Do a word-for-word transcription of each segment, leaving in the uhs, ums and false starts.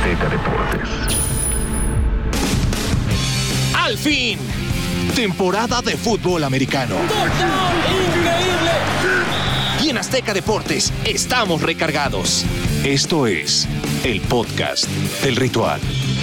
Azteca Deportes. ¡Al fin! Temporada de fútbol americano. ¡Increíble! Y en Azteca Deportes estamos recargados. Esto es el podcast del Ritual.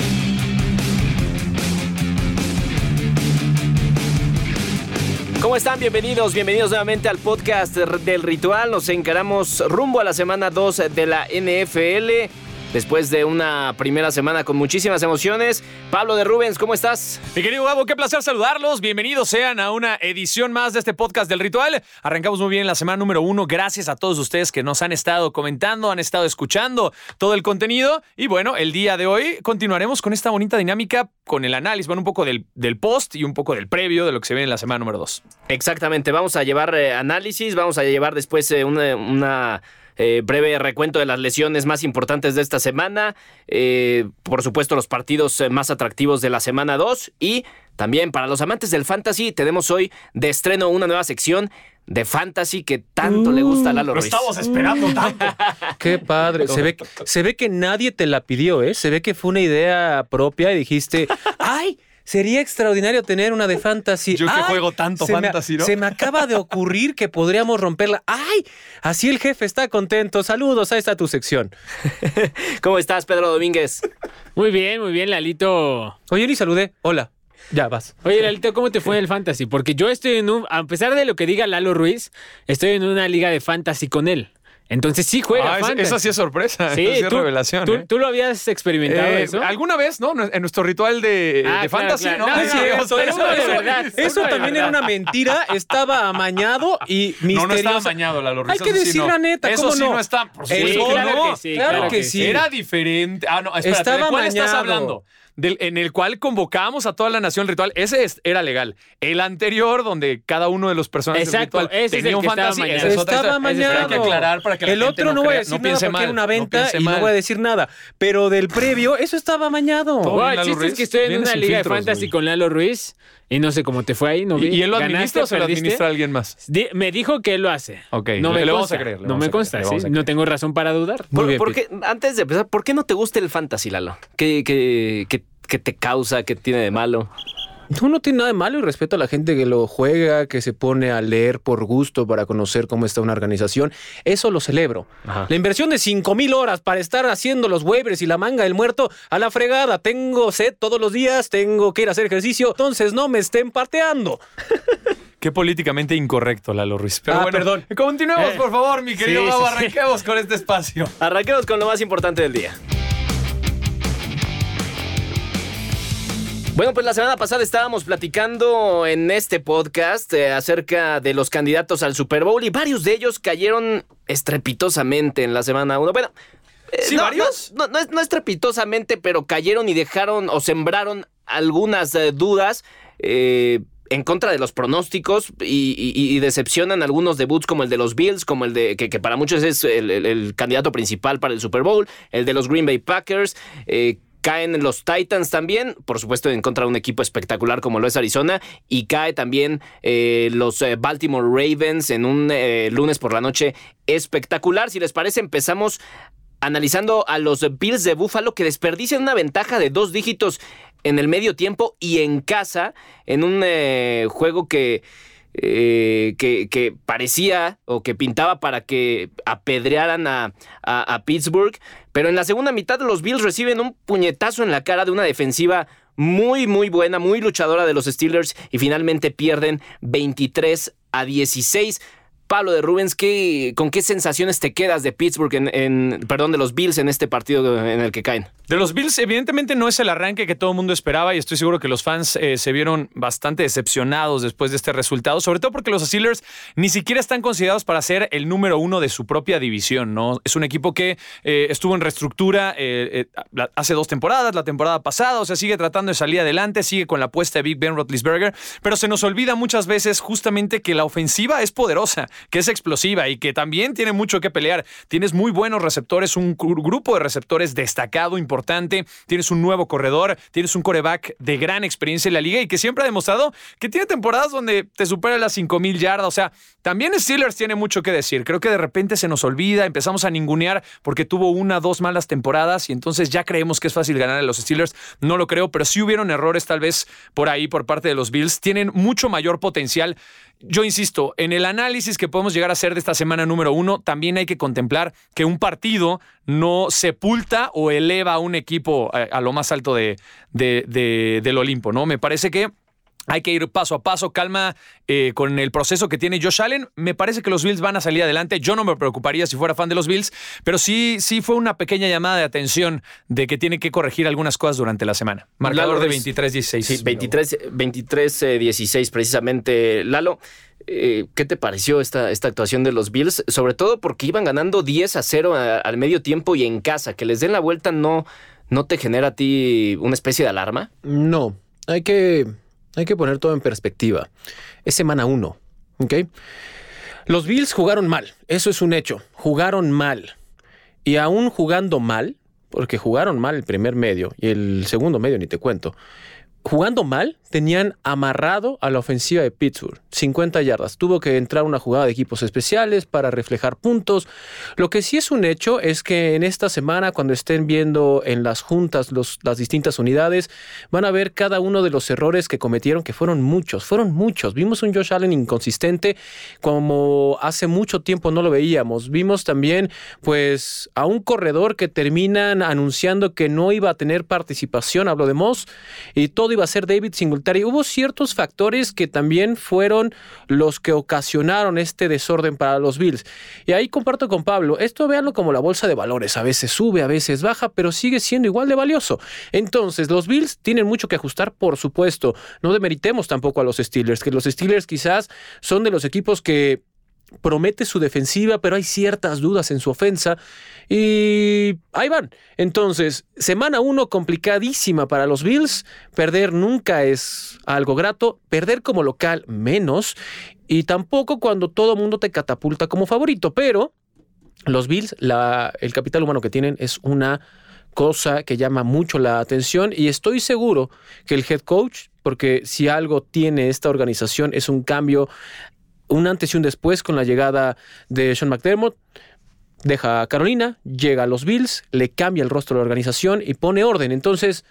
¿Cómo están? Bienvenidos, bienvenidos nuevamente al podcast del Ritual. Nos encaramos rumbo a la semana dos de la N F L. Después de una primera semana con muchísimas emociones. Pablo de Rubens, ¿cómo estás? Mi querido Gabo, qué placer saludarlos. Bienvenidos sean a una edición más de este podcast del Ritual. Arrancamos muy bien la semana número uno. Gracias a todos ustedes que nos han estado comentando, han estado escuchando todo el contenido. Y bueno, el día de hoy continuaremos con esta bonita dinámica, con el análisis, bueno, un poco del, del post y un poco del previo de lo que se ve en la semana número dos. Exactamente, vamos a llevar eh, análisis, vamos a llevar después eh, una... una... Eh, breve recuento de las lesiones más importantes de esta semana, eh, por supuesto los partidos eh, más atractivos de la semana dos y también para los amantes del fantasy tenemos hoy de estreno una nueva sección de fantasy que tanto uh, le gusta a Lalo Ruiz. Lo estamos esperando uh. tanto. Qué padre, se ve, se ve que nadie te la pidió, ¿eh? Se ve que fue una idea propia y dijiste, ¡ay! Sería extraordinario tener una de fantasy. Yo que ¡ay! juego tanto se fantasy, me, ¿no? Se me acaba de ocurrir que podríamos romperla. ¡Ay! Así el jefe está contento. Saludos, ahí está tu sección. ¿Cómo estás, Pedro Domínguez? Muy bien, muy bien, Lalito. Oye, ni saludé. Hola. Ya, vas. Oye, Lalito, ¿cómo te fue en el fantasy? Porque yo estoy en un... A pesar de lo que diga Lalo Ruiz, estoy en una liga de fantasy con él. Entonces sí juega ah, fantasy. Esa sí es sorpresa, sí, esa sí es tú, revelación. Tú, ¿eh? ¿Tú lo habías experimentado eh, eso? ¿Alguna vez, no? En nuestro ritual de, ah, de claro, fantasy, claro. ¿no? no, no es cierto, pero eso, uno de eso, verdad, eso uno de también verdad. era una mentira. Estaba amañado y misterioso. No, no estaba amañado, Lalo Ruiz. Hay que decir sí, no. la neta, Eso ¿cómo sí no? no está. Por Sí, Eso claro no, que sí, claro, claro que, que sí. sí. Era diferente. Ah, no, espérate, estaba ¿de cuál amañado. estás hablando? Del, en el cual convocábamos a toda la nación ritual. Ese es, era legal. El anterior, donde cada uno de los personajes Exacto, del ritual ese es tenía el un que estaba fantasy. amañado. Esa es otra Estaba historia. amañado. Hay que aclarar para que la el gente otro no, no voy a crea, decir no nada piense porque mal, era una no venta piense y mal. no voy a decir nada. Pero del previo, eso estaba amañado. Todo Bueno, bien, el Lalo chiste es Ruiz. que estoy en Vienes una sin liga filtros, de fantasy güey. con Lalo Ruiz y no sé cómo te fue ahí. No vi. ¿Y, ¿Y él lo ¿Ganaste, administra o se lo perdiste? administra a alguien más? Di- me dijo que él lo hace. Ok, no le- me le vamos consta. a creer, le No vamos me a creer, consta, le sí. vamos a No creer. tengo razón para dudar. Muy ¿Por, bien, por qué, antes de empezar, ¿por qué no te gusta el fantasy, Lalo? ¿Qué, qué, qué, qué te causa? ¿Qué tiene de malo? No, no tiene nada de malo y respeto a la gente que lo juega, que se pone a leer por gusto para conocer cómo está una organización. Eso lo celebro. Ajá. La inversión de cinco mil horas para estar haciendo los waivers y la manga del muerto a la fregada. Tengo sed todos los días, tengo que ir a hacer ejercicio, entonces no me estén parteando. Qué políticamente incorrecto, Lalo Ruiz. Pero Ah, bueno, perdón. continuemos, Eh, por favor, mi querido sí, Gabo. sí, sí. Arranquemos con este espacio. Arranquemos con lo más importante del día. Bueno, pues la semana pasada estábamos platicando en este podcast eh, acerca de los candidatos al Super Bowl y varios de ellos cayeron estrepitosamente en la semana uno. Bueno, eh, ¿Sí, no, varios? No, no, no, es- no estrepitosamente, pero cayeron y dejaron o sembraron algunas eh, dudas eh, en contra de los pronósticos y, y- y decepcionan algunos debuts como el de los Bills, como el de que, que para muchos es el, el- el candidato principal para el Super Bowl, el de los Green Bay Packers. eh, Caen los Titans también, por supuesto en contra de un equipo espectacular como lo es Arizona, y cae también eh, los eh, Baltimore Ravens en un eh, lunes por la noche espectacular. Si les parece, empezamos analizando a los Bills de Buffalo que desperdician una ventaja de dos dígitos en el medio tiempo y en casa, en un eh, juego que... Eh, que, que parecía o que pintaba para que apedrearan a, a, a Pittsburgh, pero en la segunda mitad los Bills reciben un puñetazo en la cara de una defensiva muy muy buena, muy luchadora de los Steelers y finalmente pierden veintitrés a dieciséis. Pablo de Rubens, ¿qué, ¿con qué sensaciones te quedas de Pittsburgh, en, en, perdón, de los Bills en este partido en el que caen? De los Bills, evidentemente no es el arranque que todo el mundo esperaba y estoy seguro que los fans eh, se vieron bastante decepcionados después de este resultado, sobre todo porque los Steelers ni siquiera están considerados para ser el número uno de su propia división, ¿no? Es un equipo que eh, estuvo en reestructura eh, eh, hace dos temporadas, la temporada pasada, o sea, sigue tratando de salir adelante, sigue con la apuesta de Big Ben Roethlisberger, pero se nos olvida muchas veces justamente que la ofensiva es poderosa que es explosiva y que también tiene mucho que pelear. Tienes muy buenos receptores, un grupo de receptores destacado, importante. Tienes un nuevo corredor, tienes un quarterback de gran experiencia en la liga y que siempre ha demostrado que tiene temporadas donde te supera las cinco mil yardas. O sea, también Steelers tiene mucho que decir. Creo que de repente se nos olvida, empezamos a ningunear porque tuvo una, dos malas temporadas y entonces ya creemos que es fácil ganar a los Steelers. No lo creo, pero sí hubieron errores tal vez por ahí por parte de los Bills. Tienen mucho mayor potencial. Yo insisto, en el análisis que podemos llegar a hacer de esta semana número uno, también hay que contemplar que un partido no sepulta o eleva a un equipo a, a lo más alto de, de, de, del Olimpo, ¿no? Me parece que hay que ir paso a paso, calma eh, con el proceso que tiene Josh Allen. Me parece que los Bills van a salir adelante. Yo no me preocuparía si fuera fan de los Bills, pero sí, sí fue una pequeña llamada de atención de que tiene que corregir algunas cosas durante la semana. Marcador Lalo, de veintitrés dieciséis. Sí, veintitrés dieciséis precisamente. Lalo, eh, ¿qué te pareció esta, esta actuación de los Bills? Sobre todo porque iban ganando diez a cero a, al medio tiempo y en casa. Que les den la vuelta no, ¿no te genera a ti una especie de alarma? No, hay que... Hay que poner todo en perspectiva. Es semana uno, ¿ok? Los Bills jugaron mal, eso es un hecho. Jugaron mal. Y aún jugando mal, porque jugaron mal el primer medio y el segundo medio ni te cuento. Jugando mal, tenían amarrado a la ofensiva de Pittsburgh. cincuenta yardas. Tuvo que entrar una jugada de equipos especiales para reflejar puntos. Lo que sí es un hecho es que en esta semana, cuando estén viendo en las juntas los, las distintas unidades, van a ver cada uno de los errores que cometieron, que fueron muchos, fueron muchos. Vimos un Josh Allen inconsistente como hace mucho tiempo no lo veíamos. Vimos también, pues, a un corredor que terminan anunciando que no iba a tener participación, hablo de Moss, y todo iba a ser David Singletary. Hubo ciertos factores que también fueron los que ocasionaron este desorden para los Bills. Y ahí comparto con Pablo, esto véanlo como la bolsa de valores, a veces sube, a veces baja, pero sigue siendo igual de valioso. Entonces, los Bills tienen mucho que ajustar, por supuesto. No demeritemos tampoco a los Steelers, que los Steelers quizás son de los equipos que promete su defensiva, pero hay ciertas dudas en su ofensa y ahí van. Entonces, semana uno complicadísima para los Bills. Perder nunca es algo grato, perder como local menos, y tampoco cuando todo mundo te catapulta como favorito, pero los Bills, la, el capital humano que tienen es una cosa que llama mucho la atención y estoy seguro que el head coach, porque si algo tiene esta organización es un cambio, un antes y un después con la llegada de Sean McDermott. Deja a Carolina, llega a los Bills, le cambia el rostro de la organización y pone orden. Entonces,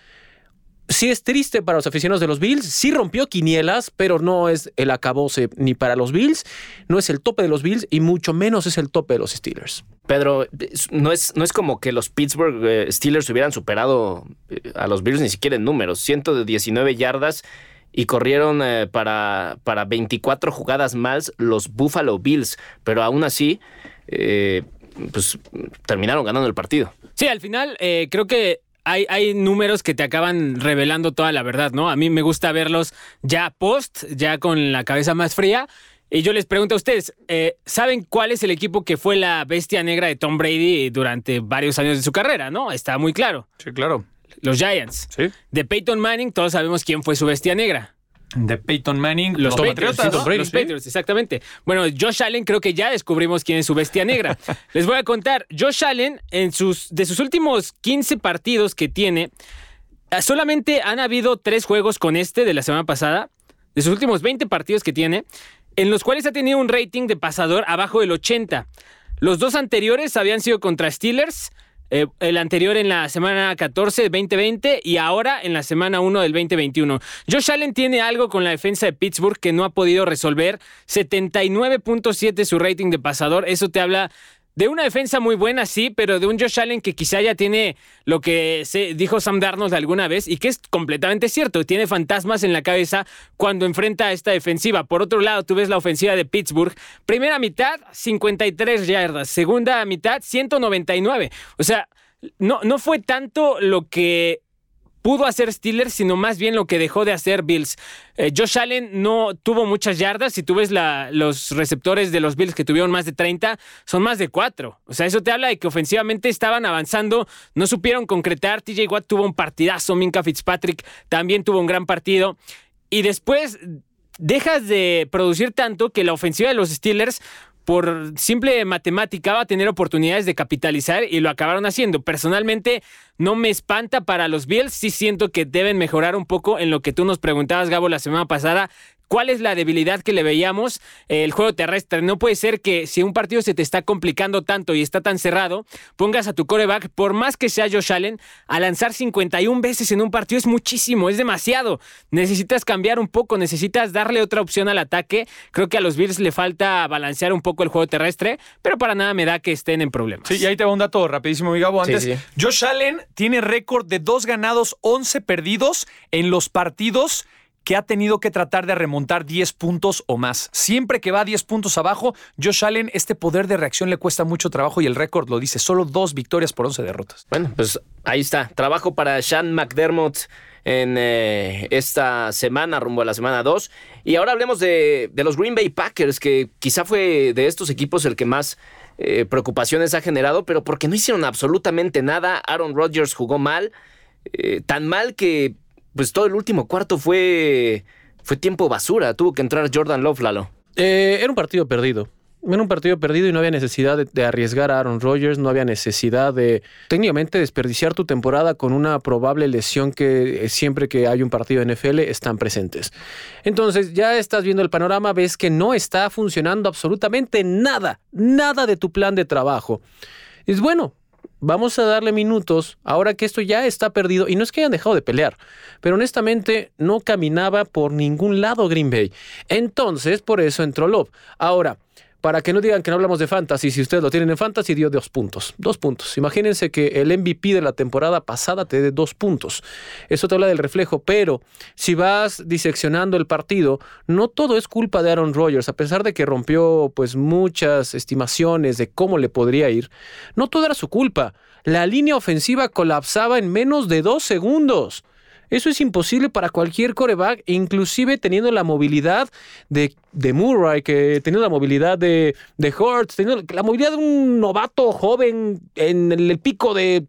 sí es triste para los aficionados de los Bills, sí rompió quinielas, pero no es el acabose ni para los Bills, no es el tope de los Bills y mucho menos es el tope de los Steelers. Pedro, no es, no es como que los Pittsburgh eh, Steelers hubieran superado eh, a los Bills ni siquiera en números, ciento diecinueve yardas. Y corrieron eh, para, para veinticuatro jugadas más los Buffalo Bills. Pero aún así, eh, pues terminaron ganando el partido. Sí, al final eh, creo que hay, hay números que te acaban revelando toda la verdad, ¿no? A mí me gusta verlos ya post, ya con la cabeza más fría. Y yo les pregunto a ustedes, eh, ¿saben cuál es el equipo que fue la bestia negra de Tom Brady durante varios años de su carrera, no? Está muy claro. Sí, claro. Los Giants. Sí. De Peyton Manning, todos sabemos quién fue su bestia negra. De Peyton Manning, los, los Patriots, Patriotas, ¿no? Brady, Los ¿sí? Patriots, exactamente. Bueno, Josh Allen, creo que ya descubrimos quién es su bestia negra. Les voy a contar. Josh Allen, en sus, de sus últimos quince partidos que tiene, solamente han habido tres juegos con este de la semana pasada, de sus últimos veinte partidos que tiene, en los cuales ha tenido un rating de pasador abajo del ochenta. Los dos anteriores habían sido contra Steelers, Eh, el anterior en la semana catorce del veinte veinte y ahora en la semana uno del veinte veintiuno. Josh Allen tiene algo con la defensa de Pittsburgh que no ha podido resolver. setenta y nueve punto siete su rating de pasador. Eso te habla de una defensa muy buena, sí, pero de un Josh Allen que quizá ya tiene lo que se dijo Sam Darnold alguna vez y que es completamente cierto. Tiene fantasmas en la cabeza cuando enfrenta a esta defensiva. Por otro lado, tú ves la ofensiva de Pittsburgh. Primera mitad, cincuenta y tres yardas. Segunda mitad, ciento noventa y nueve. O sea, no, no fue tanto lo que pudo hacer Steelers, sino más bien lo que dejó de hacer Bills. Eh, Josh Allen no tuvo muchas yardas. Si tú ves la, los receptores de los Bills que tuvieron más de treinta, son más de cuatro. O sea, eso te habla de que ofensivamente estaban avanzando, no supieron concretar. T J Watt tuvo un partidazo, Minkah Fitzpatrick también tuvo un gran partido. Y después dejas de producir tanto que la ofensiva de los Steelers por simple matemática va a tener oportunidades de capitalizar y lo acabaron haciendo. Personalmente no me espanta para los Bills, sí siento que deben mejorar un poco en lo que tú nos preguntabas, Gabo, la semana pasada. ¿Cuál es la debilidad que le veíamos? El juego terrestre. No puede ser que si un partido se te está complicando tanto y está tan cerrado, pongas a tu quarterback, por más que sea Josh Allen, a lanzar cincuenta y una veces en un partido es muchísimo, es demasiado. Necesitas cambiar un poco, necesitas darle otra opción al ataque. Creo que a los Bills le falta balancear un poco el juego terrestre, pero para nada me da que estén en problemas. Sí, y ahí te va un dato rapidísimo, mi Gabo. Antes, sí, sí. Josh Allen tiene récord de dos ganados, once perdidos en los partidos que ha tenido que tratar de remontar diez puntos o más. Siempre que va diez puntos abajo, Josh Allen, este poder de reacción le cuesta mucho trabajo y el récord lo dice, solo dos victorias por once derrotas. Bueno, pues ahí está. Trabajo para Sean McDermott en eh, esta semana, rumbo a la semana dos. Y ahora hablemos de, de los Green Bay Packers, que quizá fue de estos equipos el que más eh, preocupaciones ha generado, pero porque no hicieron absolutamente nada. Aaron Rodgers jugó mal, eh, tan mal que pues todo el último cuarto fue, fue tiempo basura. Tuvo que entrar Jordan Love, Lalo. Eh, era un partido perdido. Era un partido perdido y no había necesidad de, de arriesgar a Aaron Rodgers, no había necesidad de técnicamente desperdiciar tu temporada con una probable lesión que siempre que hay un partido de N F L están presentes. Entonces ya estás viendo el panorama, ves que no está funcionando absolutamente nada, nada de tu plan de trabajo. Es bueno. Vamos a darle minutos, ahora que esto ya está perdido, y no es que hayan dejado de pelear, pero honestamente no caminaba por ningún lado Green Bay. Entonces, por eso entró Love. Ahora, para que no digan que no hablamos de Fantasy, si ustedes lo tienen en Fantasy, dio dos puntos. Dos puntos. Imagínense que el M V P de la temporada pasada te dé dos puntos. Eso te habla del reflejo, pero si vas diseccionando el partido, no todo es culpa de Aaron Rodgers. A pesar de que rompió pues muchas estimaciones de cómo le podría ir, no todo era su culpa. La línea ofensiva colapsaba en menos de dos segundos. Eso es imposible para cualquier quarterback, inclusive teniendo la movilidad de, de Murray, que teniendo la movilidad de, de Hurts, teniendo la movilidad de un novato joven en el pico de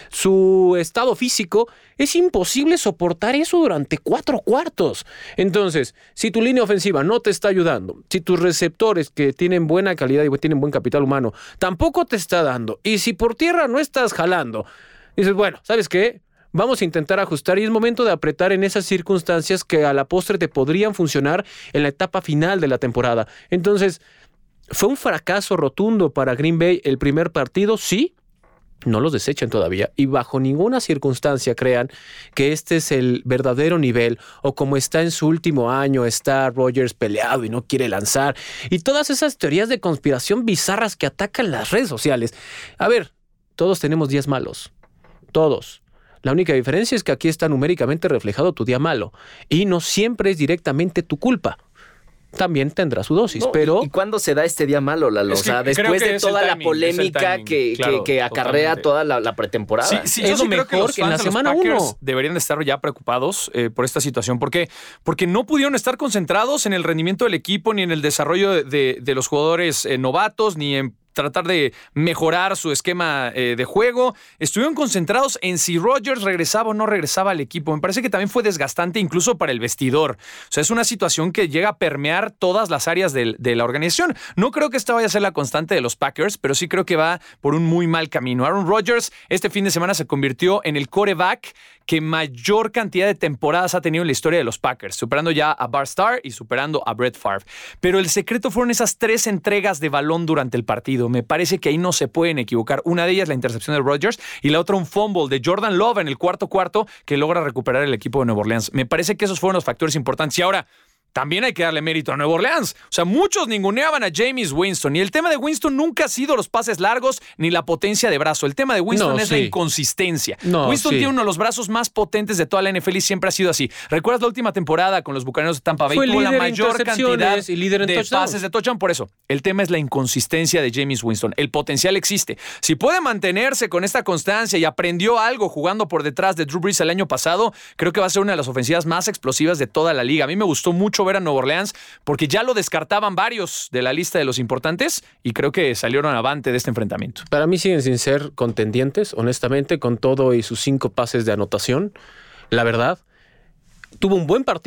su estado físico. Es imposible soportar eso durante cuatro cuartos. Entonces, si tu línea ofensiva no te está ayudando, si tus receptores que tienen buena calidad y tienen buen capital humano tampoco te está dando, y si por tierra no estás jalando, dices, bueno, ¿sabes qué? Vamos a intentar ajustar y es momento de apretar en esas circunstancias que a la postre te podrían funcionar en la etapa final de la temporada. Entonces, ¿fue un fracaso rotundo para Green Bay el primer partido? Sí. No los desechen todavía y bajo ninguna circunstancia crean que este es el verdadero nivel o como está en su último año, está Rodgers peleado y no quiere lanzar y todas esas teorías de conspiración bizarras que atacan las redes sociales. A ver, todos tenemos días malos. Todos. La única diferencia es que aquí está numéricamente reflejado tu día malo y no siempre es directamente tu culpa. También tendrá su dosis, no, pero... ¿Y cuándo se da este día malo, Lalo? Es que o sea, después de toda la timing, polémica que, claro, que, que acarrea totalmente. toda la, la pretemporada. Sí, sí, es yo lo sí creo mejor que los que en la fans de los semana Packers uno. deberían de estar ya preocupados eh, por esta situación. ¿Por qué? Porque no pudieron estar concentrados en el rendimiento del equipo, ni en el desarrollo de, de, de los jugadores eh, novatos, ni en tratar de mejorar su esquema eh, de juego. Estuvieron concentrados en si Rodgers regresaba o no regresaba al equipo. Me parece que también fue desgastante incluso para el vestidor. O sea, es una situación que llega a permear todas las áreas de, de la organización. No creo que esta vaya a ser la constante de los Packers, pero sí creo que va por un muy mal camino. Aaron Rodgers este fin de semana se convirtió en el quarterback que mayor cantidad de temporadas ha tenido en la historia de los Packers, superando ya a Bart Starr y superando a Brett Favre. Pero el secreto fueron esas tres entregas de balón durante el partido. Me parece que ahí no se pueden equivocar. Una de ellas la intercepción de Rodgers y la otra un fumble de Jordan Love en el cuarto cuarto que logra recuperar el equipo de Nueva Orleans. Me parece que esos fueron los factores importantes. Y ahora, también hay que darle mérito a Nueva Orleans. O sea, muchos ninguneaban a Jameis Winston. Y el tema de Winston nunca ha sido los pases largos ni la potencia de brazo. El tema de Winston no, es sí. la inconsistencia. No, Winston sí. tiene uno de los brazos más potentes de toda la N F L y siempre ha sido así. ¿Recuerdas la última temporada con los Bucaneros de Tampa Bay? Fue Tuvo la líder en mayor cantidad intercepciones y líder en de touchdowns. pases de touchdown. Por eso, el tema es la inconsistencia de Jameis Winston. El potencial existe. Si puede mantenerse con esta constancia y aprendió algo jugando por detrás de Drew Brees el año pasado, creo que va a ser una de las ofensivas más explosivas de toda la liga. A mí me gustó mucho ver a Nueva Orleans porque ya lo descartaban varios de la lista de los importantes y creo que salieron avante de este enfrentamiento. Para mí siguen sin ser contendientes, honestamente, con todo y sus cinco pases de anotación. La verdad, tuvo un buen partido,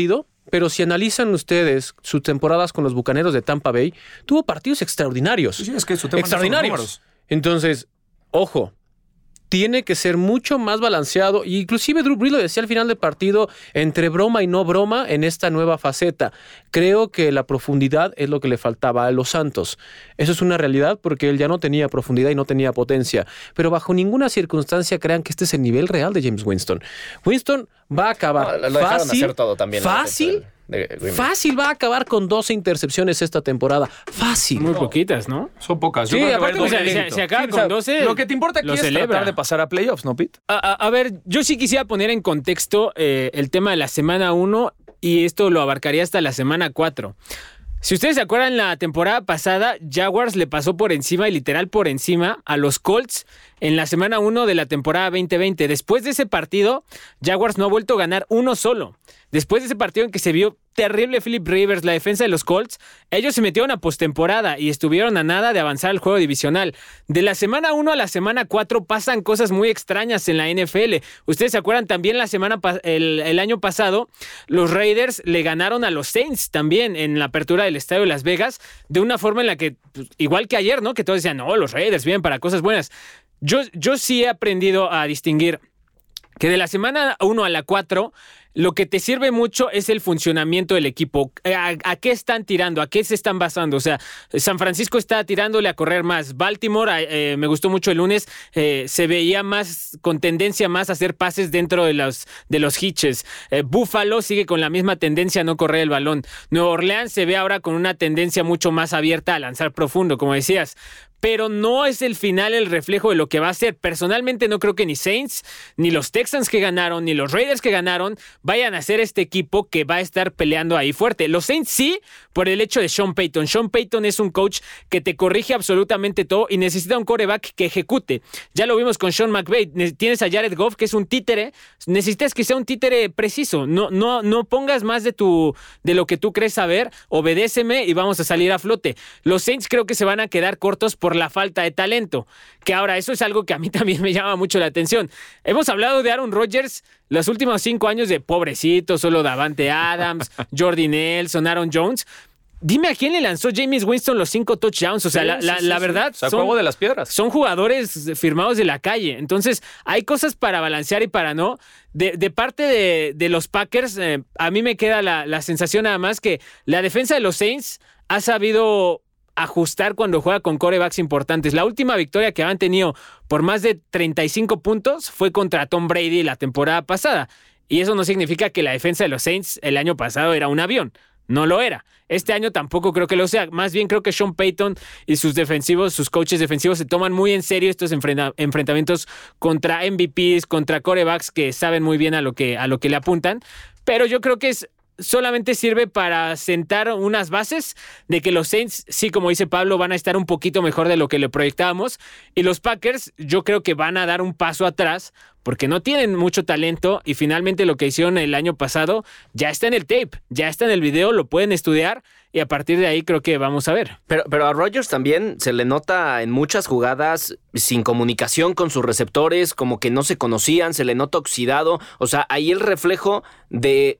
pero si analizan ustedes sus temporadas con los Bucaneros de Tampa Bay, tuvo partidos extraordinarios. Sí, es que su tema extraordinarios. No son los números. Entonces, ojo, tiene que ser mucho más balanceado. Y inclusive Drew Brees lo decía al final del partido, entre broma y no broma, en esta nueva faceta. Creo que la profundidad es lo que le faltaba a los Santos. Eso es una realidad porque él ya no tenía profundidad y no tenía potencia. Pero bajo ninguna circunstancia crean que este es el nivel real de James Winston. Winston va a acabar No, lo dejaron fácil, hacer todo también, fácil, de Green Bay. fácil va a acabar con doce intercepciones esta temporada. Fácil. Muy poquitas, ¿no? Son pocas. Sí, Yo creo que aparte, va a O sea, ir doble si, dígito. si acaba Sí, o sea, con doce, lo que te importa aquí lo es celebra. tratar de pasar a playoffs, ¿no, Pete? A, a- a ver, yo sí quisiera poner en contexto eh, el tema de la semana uno y esto lo abarcaría hasta la semana cuatro. Si ustedes se acuerdan, la temporada pasada, Jaguars le pasó por encima y literal por encima a los Colts en la semana uno de la temporada veinte veinte. Después de ese partido, Jaguars no ha vuelto a ganar uno solo. Después de ese partido en que se vio terrible Philip Rivers, la defensa de los Colts, ellos se metieron a postemporada y estuvieron a nada de avanzar al juego divisional. De la semana uno a la semana cuatro pasan cosas muy extrañas en la N F L. Ustedes se acuerdan también la semana pa- el, el año pasado, los Raiders le ganaron a los Saints también en la apertura del Estadio de Las Vegas, de una forma en la que, pues, igual que ayer, ¿no? Que todos decían, no, los Raiders vienen para cosas buenas. Yo, yo sí he aprendido a distinguir que de la semana uno a la cuatro, lo que te sirve mucho es el funcionamiento del equipo. ¿A, a qué están tirando? ¿A qué se están basando? O sea, San Francisco está tirándole a correr más. Baltimore, eh, me gustó mucho el lunes, eh, se veía más, con tendencia más a hacer pases dentro de los, de los hitches. Eh, Buffalo sigue con la misma tendencia a no correr el balón. Nueva Orleans se ve ahora con una tendencia mucho más abierta a lanzar profundo, como decías. Pero no es el final el reflejo de lo que va a ser. Personalmente no creo que ni Saints, ni los Texans que ganaron, ni los Raiders que ganaron vayan a ser este equipo que va a estar peleando ahí fuerte. Los Saints sí, por el hecho de Sean Payton. Sean Payton es un coach que te corrige absolutamente todo y necesita un quarterback que ejecute. Ya lo vimos con Sean McVay. Tienes a Jared Goff, que es un títere. Necesitas que sea un títere preciso. No, no, no pongas más de, tu, de lo que tú crees saber. Obedéceme y vamos a salir a flote. Los Saints creo que se van a quedar cortos por la falta de talento, que ahora eso es algo que a mí también me llama mucho la atención. Hemos hablado de Aaron Rodgers los últimos cinco años de pobrecito, solo Davante Adams, Jordy Nelson, Aaron Jones. Dime a quién le lanzó Jameis Winston los cinco touchdowns. O sea, Sí, la, sí, la, sí, la sí. verdad, Sacó agua de las piedras. son jugadores firmados de la calle. Entonces, hay cosas para balancear y para no. De, de parte de, de los Packers, eh, a mí me queda la, la sensación nada más que la defensa de los Saints ha sabido ajustar cuando juega con quarterbacks importantes. La última victoria que han tenido por más de treinta y cinco puntos fue contra Tom Brady la temporada pasada. Y eso no significa que la defensa de los Saints el año pasado era un avión. No lo era. Este año tampoco creo que lo sea. Más bien creo que Sean Payton y sus defensivos, sus coaches defensivos se toman muy en serio estos enfrenta- enfrentamientos contra M V Ps, contra quarterbacks que saben muy bien a lo que, a lo que le apuntan. Pero yo creo que es solamente sirve para sentar unas bases de que los Saints, sí, como dice Pablo, van a estar un poquito mejor de lo que le proyectábamos. Y los Packers, yo creo que van a dar un paso atrás porque no tienen mucho talento y finalmente lo que hicieron el año pasado ya está en el tape, ya está en el video, lo pueden estudiar y a partir de ahí creo que vamos a ver. Pero, pero a Rodgers también se le nota en muchas jugadas sin comunicación con sus receptores, como que no se conocían, se le nota oxidado. O sea, ahí el reflejo de,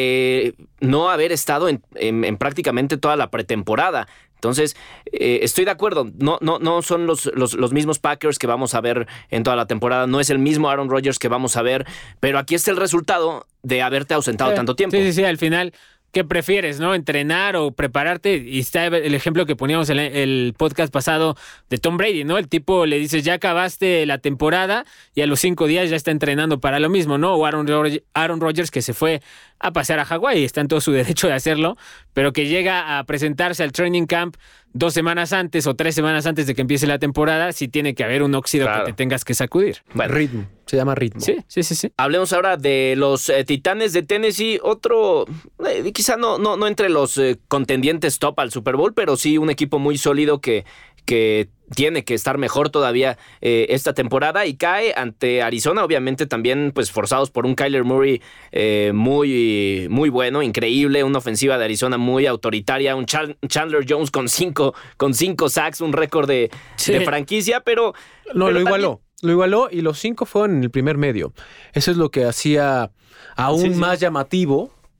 de no haber estado en, en, en prácticamente toda la pretemporada. Entonces, eh, estoy de acuerdo, no, no, no son los, los, los mismos Packers que vamos a ver en toda la temporada, no es el mismo Aaron Rodgers que vamos a ver, pero aquí está el resultado de haberte ausentado Sí. tanto tiempo. Sí, sí, sí, al final, ¿qué prefieres, no? ¿Entrenar o prepararte? Y está el ejemplo que poníamos en el podcast pasado de Tom Brady, ¿no? El tipo le dices, ya acabaste la temporada y a los cinco días ya está entrenando para lo mismo, ¿no? O Aaron, Aaron Rodgers que se fue a pasear a Hawái y está en todo su derecho de hacerlo, pero que llega a presentarse al training camp dos semanas antes o tres semanas antes de que empiece la temporada, sí tiene que haber un óxido Claro. que te tengas que sacudir. Bueno, Ritmo. Se llama ritmo. Sí, sí, sí, sí. hablemos ahora de los eh, Titanes de Tennessee, otro, eh, quizá no, no, no entre los eh, contendientes top al Super Bowl, pero sí un equipo muy sólido que, que tiene que estar mejor todavía eh, esta temporada y cae ante Arizona, obviamente también pues forzados por un Kyler Murray eh, muy, muy bueno, increíble, una ofensiva de Arizona muy autoritaria, un Ch- Chandler Jones con cinco, con cinco sacks, un récord de, Sí. de franquicia, pero... No, pero lo también- igualó. Lo igualó y los cinco fueron en el primer medio. Eso es lo que hacía aún Sí, sí. más llamativo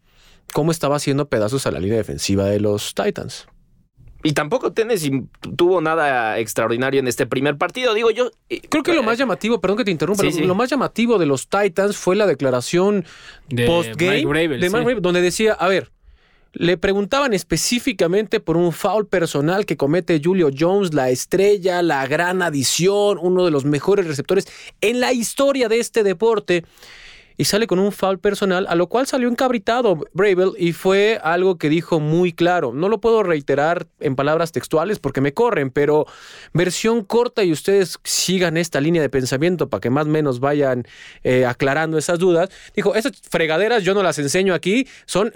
cómo estaba haciendo pedazos a la línea defensiva de los Titans. Y tampoco Tennessee tuvo nada extraordinario en este primer partido. Digo yo... Creo que lo más llamativo, perdón que te interrumpa, Sí, lo, sí. lo más llamativo de los Titans fue la declaración De post-game Mike Vrabel, de Mike sí. Vrabel, donde decía, a ver, le preguntaban específicamente por un foul personal que comete Julio Jones, la estrella, la gran adición, uno de los mejores receptores en la historia de este deporte. Y sale con un foul personal, a lo cual salió encabritado Vrabel y fue algo que dijo muy claro. No lo puedo reiterar en palabras textuales porque me corren, pero versión corta y ustedes sigan esta línea de pensamiento para que más o menos vayan eh, aclarando esas dudas. Dijo, esas fregaderas yo no las enseño aquí, son...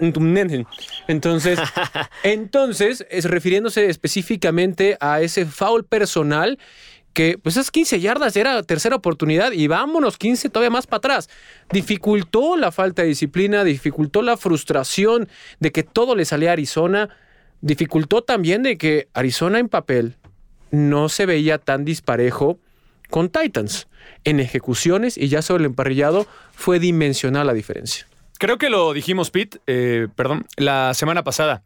Entonces, entonces es refiriéndose específicamente a ese foul personal que pues esas quince yardas era tercera oportunidad y vámonos quince todavía más para atrás. Dificultó la falta de disciplina, dificultó la frustración de que todo le salía a Arizona, dificultó también de que Arizona en papel no se veía tan disparejo con Titans. En ejecuciones y ya sobre el emparrillado fue dimensional la diferencia. Creo que lo dijimos, Pete, eh, perdón, la semana pasada.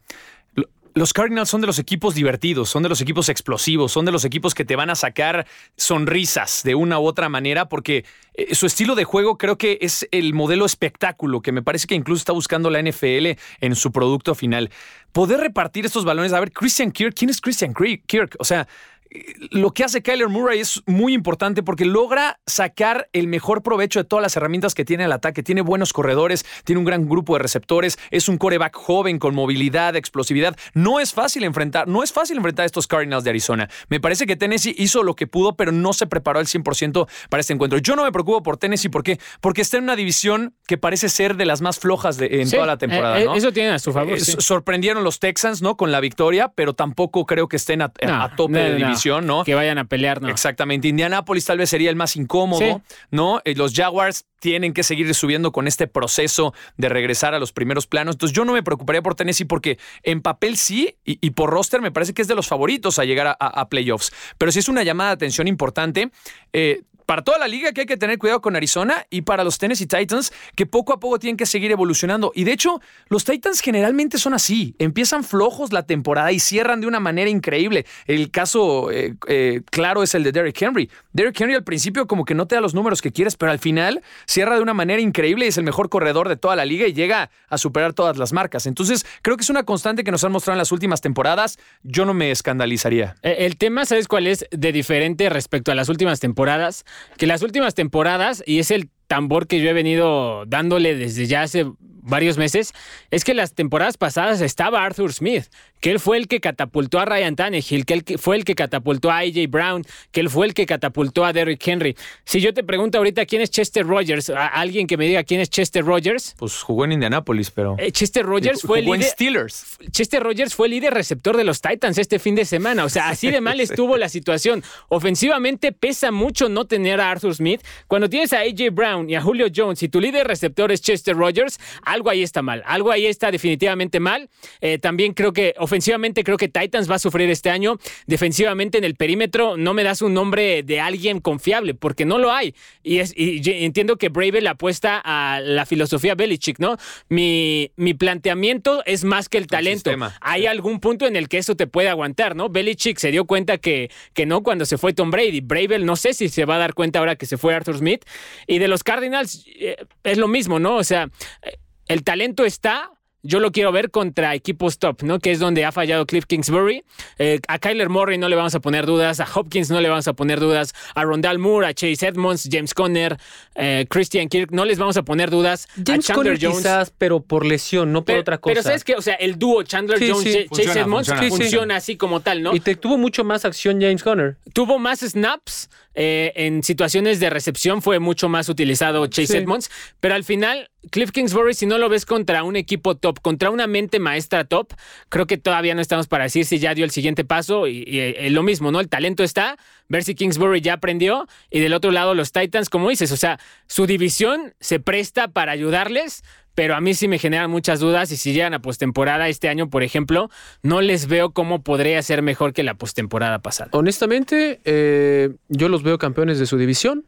Los Cardinals son de los equipos divertidos, son de los equipos explosivos, son de los equipos que te van a sacar sonrisas de una u otra manera porque eh, su estilo de juego creo que es el modelo espectáculo que me parece que incluso está buscando la N F L en su producto final. Poder repartir estos balones, a ver, Christian Kirk, ¿quién es Christian Kirk? O sea, lo que hace Kyler Murray es muy importante porque logra sacar el mejor provecho de todas las herramientas que tiene el ataque. Tiene buenos corredores, tiene un gran grupo de receptores, es un quarterback joven con movilidad, explosividad. No es fácil enfrentar, no es fácil enfrentar a estos Cardinals de Arizona. Me parece que Tennessee hizo lo que pudo, pero no se preparó al cien por ciento para este encuentro. Yo no me preocupo por Tennessee, ¿por qué? Porque está en una división que parece ser de las más flojas de, en Sí, toda la temporada, eh, ¿no? Eso tiene a su favor. Eh, sí. Sorprendieron los Texans, ¿no? Con la victoria, pero tampoco creo que estén a, No, a tope no, de no, división, ¿no? Que vayan a pelear, ¿no? Exactamente. Indianápolis tal vez sería el más incómodo, Sí. ¿no? Eh, Los Jaguars tienen que seguir subiendo con este proceso de regresar a los primeros planos. Entonces yo no me preocuparía por Tennessee porque en papel sí y, y por roster me parece que es de los favoritos a llegar a, a, a playoffs. Pero sí es una llamada de atención importante. Eh, Para toda la liga que hay que tener cuidado con Arizona y para los Tennessee Titans que poco a poco tienen que seguir evolucionando. Y de hecho, los Titans generalmente son así. Empiezan flojos la temporada y cierran de una manera increíble. El caso eh, eh, claro es el de Derrick Henry. Derrick Henry al principio como que no te da los números que quieres, pero al final cierra de una manera increíble y es el mejor corredor de toda la liga y llega a superar todas las marcas. Entonces, creo que es una constante que nos han mostrado en las últimas temporadas. Yo no me escandalizaría. El tema, ¿sabes cuál es de diferente respecto a las últimas temporadas? Que las últimas temporadas, y es el tambor que yo he venido dándole desde ya hace varios meses, es que las temporadas pasadas estaba Arthur Smith, que él fue el que catapultó a Ryan Tannehill, que él fue el que catapultó a A J Brown, que él fue el que catapultó a Derrick Henry. Si yo te pregunto ahorita quién es Chester Rogers, a alguien que me diga quién es Chester Rogers. Pues jugó en Indianápolis, pero... Eh, Chester Rogers fue el jugó en líder... Steelers. Chester Rogers fue el líder receptor de los Titans este fin de semana. O sea, así de mal estuvo la situación. Ofensivamente pesa mucho no tener a Arthur Smith. Cuando tienes a A J Brown y a Julio Jones y tu líder receptor es Chester Rogers, algo ahí está mal. Algo ahí está definitivamente mal. Eh, también creo que ofensivamente creo que Titans va a sufrir este año. Defensivamente en el perímetro no me das un nombre de alguien confiable porque no lo hay. Y, es, y entiendo que Vrabel apuesta a la filosofía Belichick, ¿no? Mi, mi planteamiento es más que el talento. El hay algún punto en el que eso te puede aguantar, ¿no? Belichick se dio cuenta que, que no cuando se fue Tom Brady. Vrabel no sé si se va a dar cuenta ahora que se fue Arthur Smith. Y de los Cardinals eh, es lo mismo, ¿no? O sea, el talento está... Yo lo quiero ver contra equipos top, ¿no? Que es donde ha fallado Cliff Kingsbury. Eh, a Kyler Murray no le vamos a poner dudas. A Hopkins no le vamos a poner dudas. A Rondale Moore, a Chase Edmonds, James Conner, eh, Christian Kirk, no les vamos a poner dudas. James a Chandler Conner Jones. Quizás, pero por lesión, no por pero, otra cosa. Pero ¿sabes qué? O sea, el dúo Chandler sí, Jones, sí, Chase funciona, Edmonds funciona, funciona, sí, así como tal, ¿no? Y te tuvo mucho más acción James Conner. Tuvo más snaps. Eh, en situaciones de recepción fue mucho más utilizado Chase sí. Edmonds, pero al final Cliff Kingsbury, si no lo ves contra un equipo top, contra una mente maestra top, creo que todavía no estamos para decir si ya dio el siguiente paso y, y, y lo mismo, ¿no? El talento está, ver si Kingsbury ya aprendió y del otro lado los Titans, como dices, o sea, su división se presta para ayudarles, pero a mí sí me generan muchas dudas y si llegan a postemporada este año, por ejemplo, no les veo cómo podría ser mejor que la postemporada pasada. Honestamente, eh, yo los veo campeones de su división.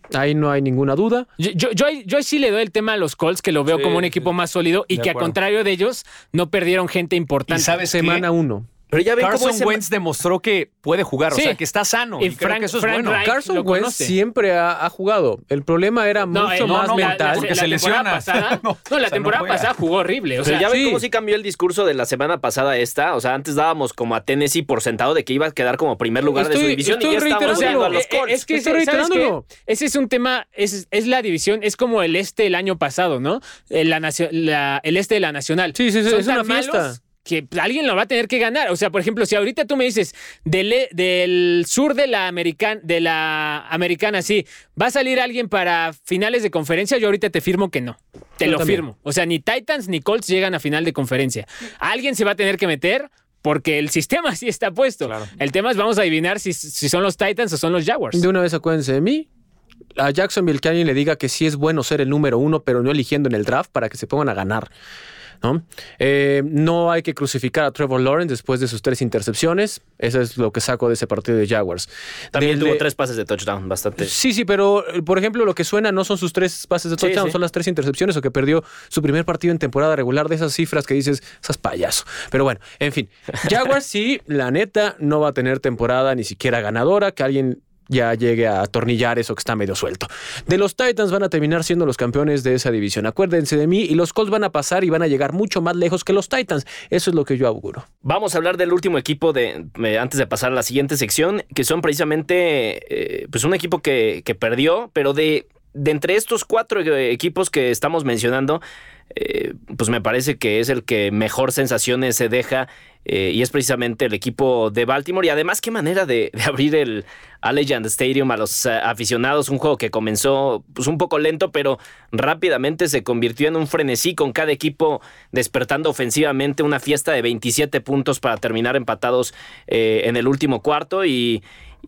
Ahí no hay ninguna duda. Yo, yo, yo, ahí- yo ahí sí le doy el tema a los Colts, que lo veo Sí, como un equipo sí. más sólido y De que a acuerdo. contrario de ellos no perdieron gente importante. Y sabes qué? Semana uno. Pero ya ven cómo Carson ese... Wentz demostró que puede jugar, Sí. o sea, que está sano. Y Y, creo Frank- que eso es Frank bueno. Reich Carson lo Wentz conoce. siempre ha, ha jugado. El problema era No, mucho eh, más no, la- mental. La, porque la se temporada lesiona. pasada, No, no, la o sea, temporada no juega. pasada jugó horrible. O Pero sea, ya ven sí. cómo sí cambió el discurso de la semana pasada esta. O sea, antes dábamos como a Tennessee por sentado de que iba a quedar como primer lugar de su Estoy- división estoy y ya estamos reiterándolo. viendo a los Eh, eh, Colts. es que Estoy ¿sabes qué? reiterándolo. Ese es un tema, es, es la división, es como el este el año pasado, ¿no? Eh, La, nacio- la- el este de la nacional. Sí, sí, sí, Son es una tan malos fiesta. que alguien lo va a tener que ganar. O sea, por ejemplo, si ahorita tú me dices del, e- del sur de la, american, de la americana, sí, va a salir alguien para finales de conferencia, yo ahorita te firmo que no. Te Yo lo también. firmo. O sea, ni Titans ni Colts llegan a final de conferencia. Alguien se va a tener que meter porque el sistema sí está puesto. Claro. El tema es vamos a adivinar si, si son los Titans o son los Jaguars. De una vez acuérdense de mí. A Jacksonville que alguien le diga que sí es bueno ser el número uno, pero no eligiendo en el draft para que se pongan a ganar. ¿No? Eh, no hay que crucificar a Trevor Lawrence después de sus tres intercepciones. Eso es lo que saco de ese partido de Jaguars. También Del tuvo de- tres pases de touchdown, bastante. Sí, sí, pero eh, por ejemplo, lo que suena no son sus tres pases de Sí, touchdown, sí. son las tres intercepciones o que perdió su primer partido en temporada regular, de esas cifras que dices, esas payaso. Pero bueno, en fin. Jaguars sí, la neta, no va a tener temporada ni siquiera ganadora, que alguien ya llegue a atornillar eso que está medio suelto. De los Titans van a terminar siendo los campeones de esa división. Acuérdense de mí, y los Colts van a pasar y van a llegar mucho más lejos que los Titans. Eso es lo que yo auguro. Vamos a hablar del último equipo de eh, antes de pasar a la siguiente sección, que son precisamente eh, pues un equipo que, que perdió, pero de, de entre estos cuatro eh, equipos que estamos mencionando, eh, pues me parece que es el que mejor sensaciones se deja eh, y es precisamente el equipo de Baltimore. Y además, qué manera de, de abrir el Allegiant Stadium a los uh, aficionados, un juego que comenzó pues un poco lento, pero rápidamente se convirtió en un frenesí con cada equipo despertando ofensivamente, una fiesta de veintisiete puntos para terminar empatados eh, en el último cuarto. Y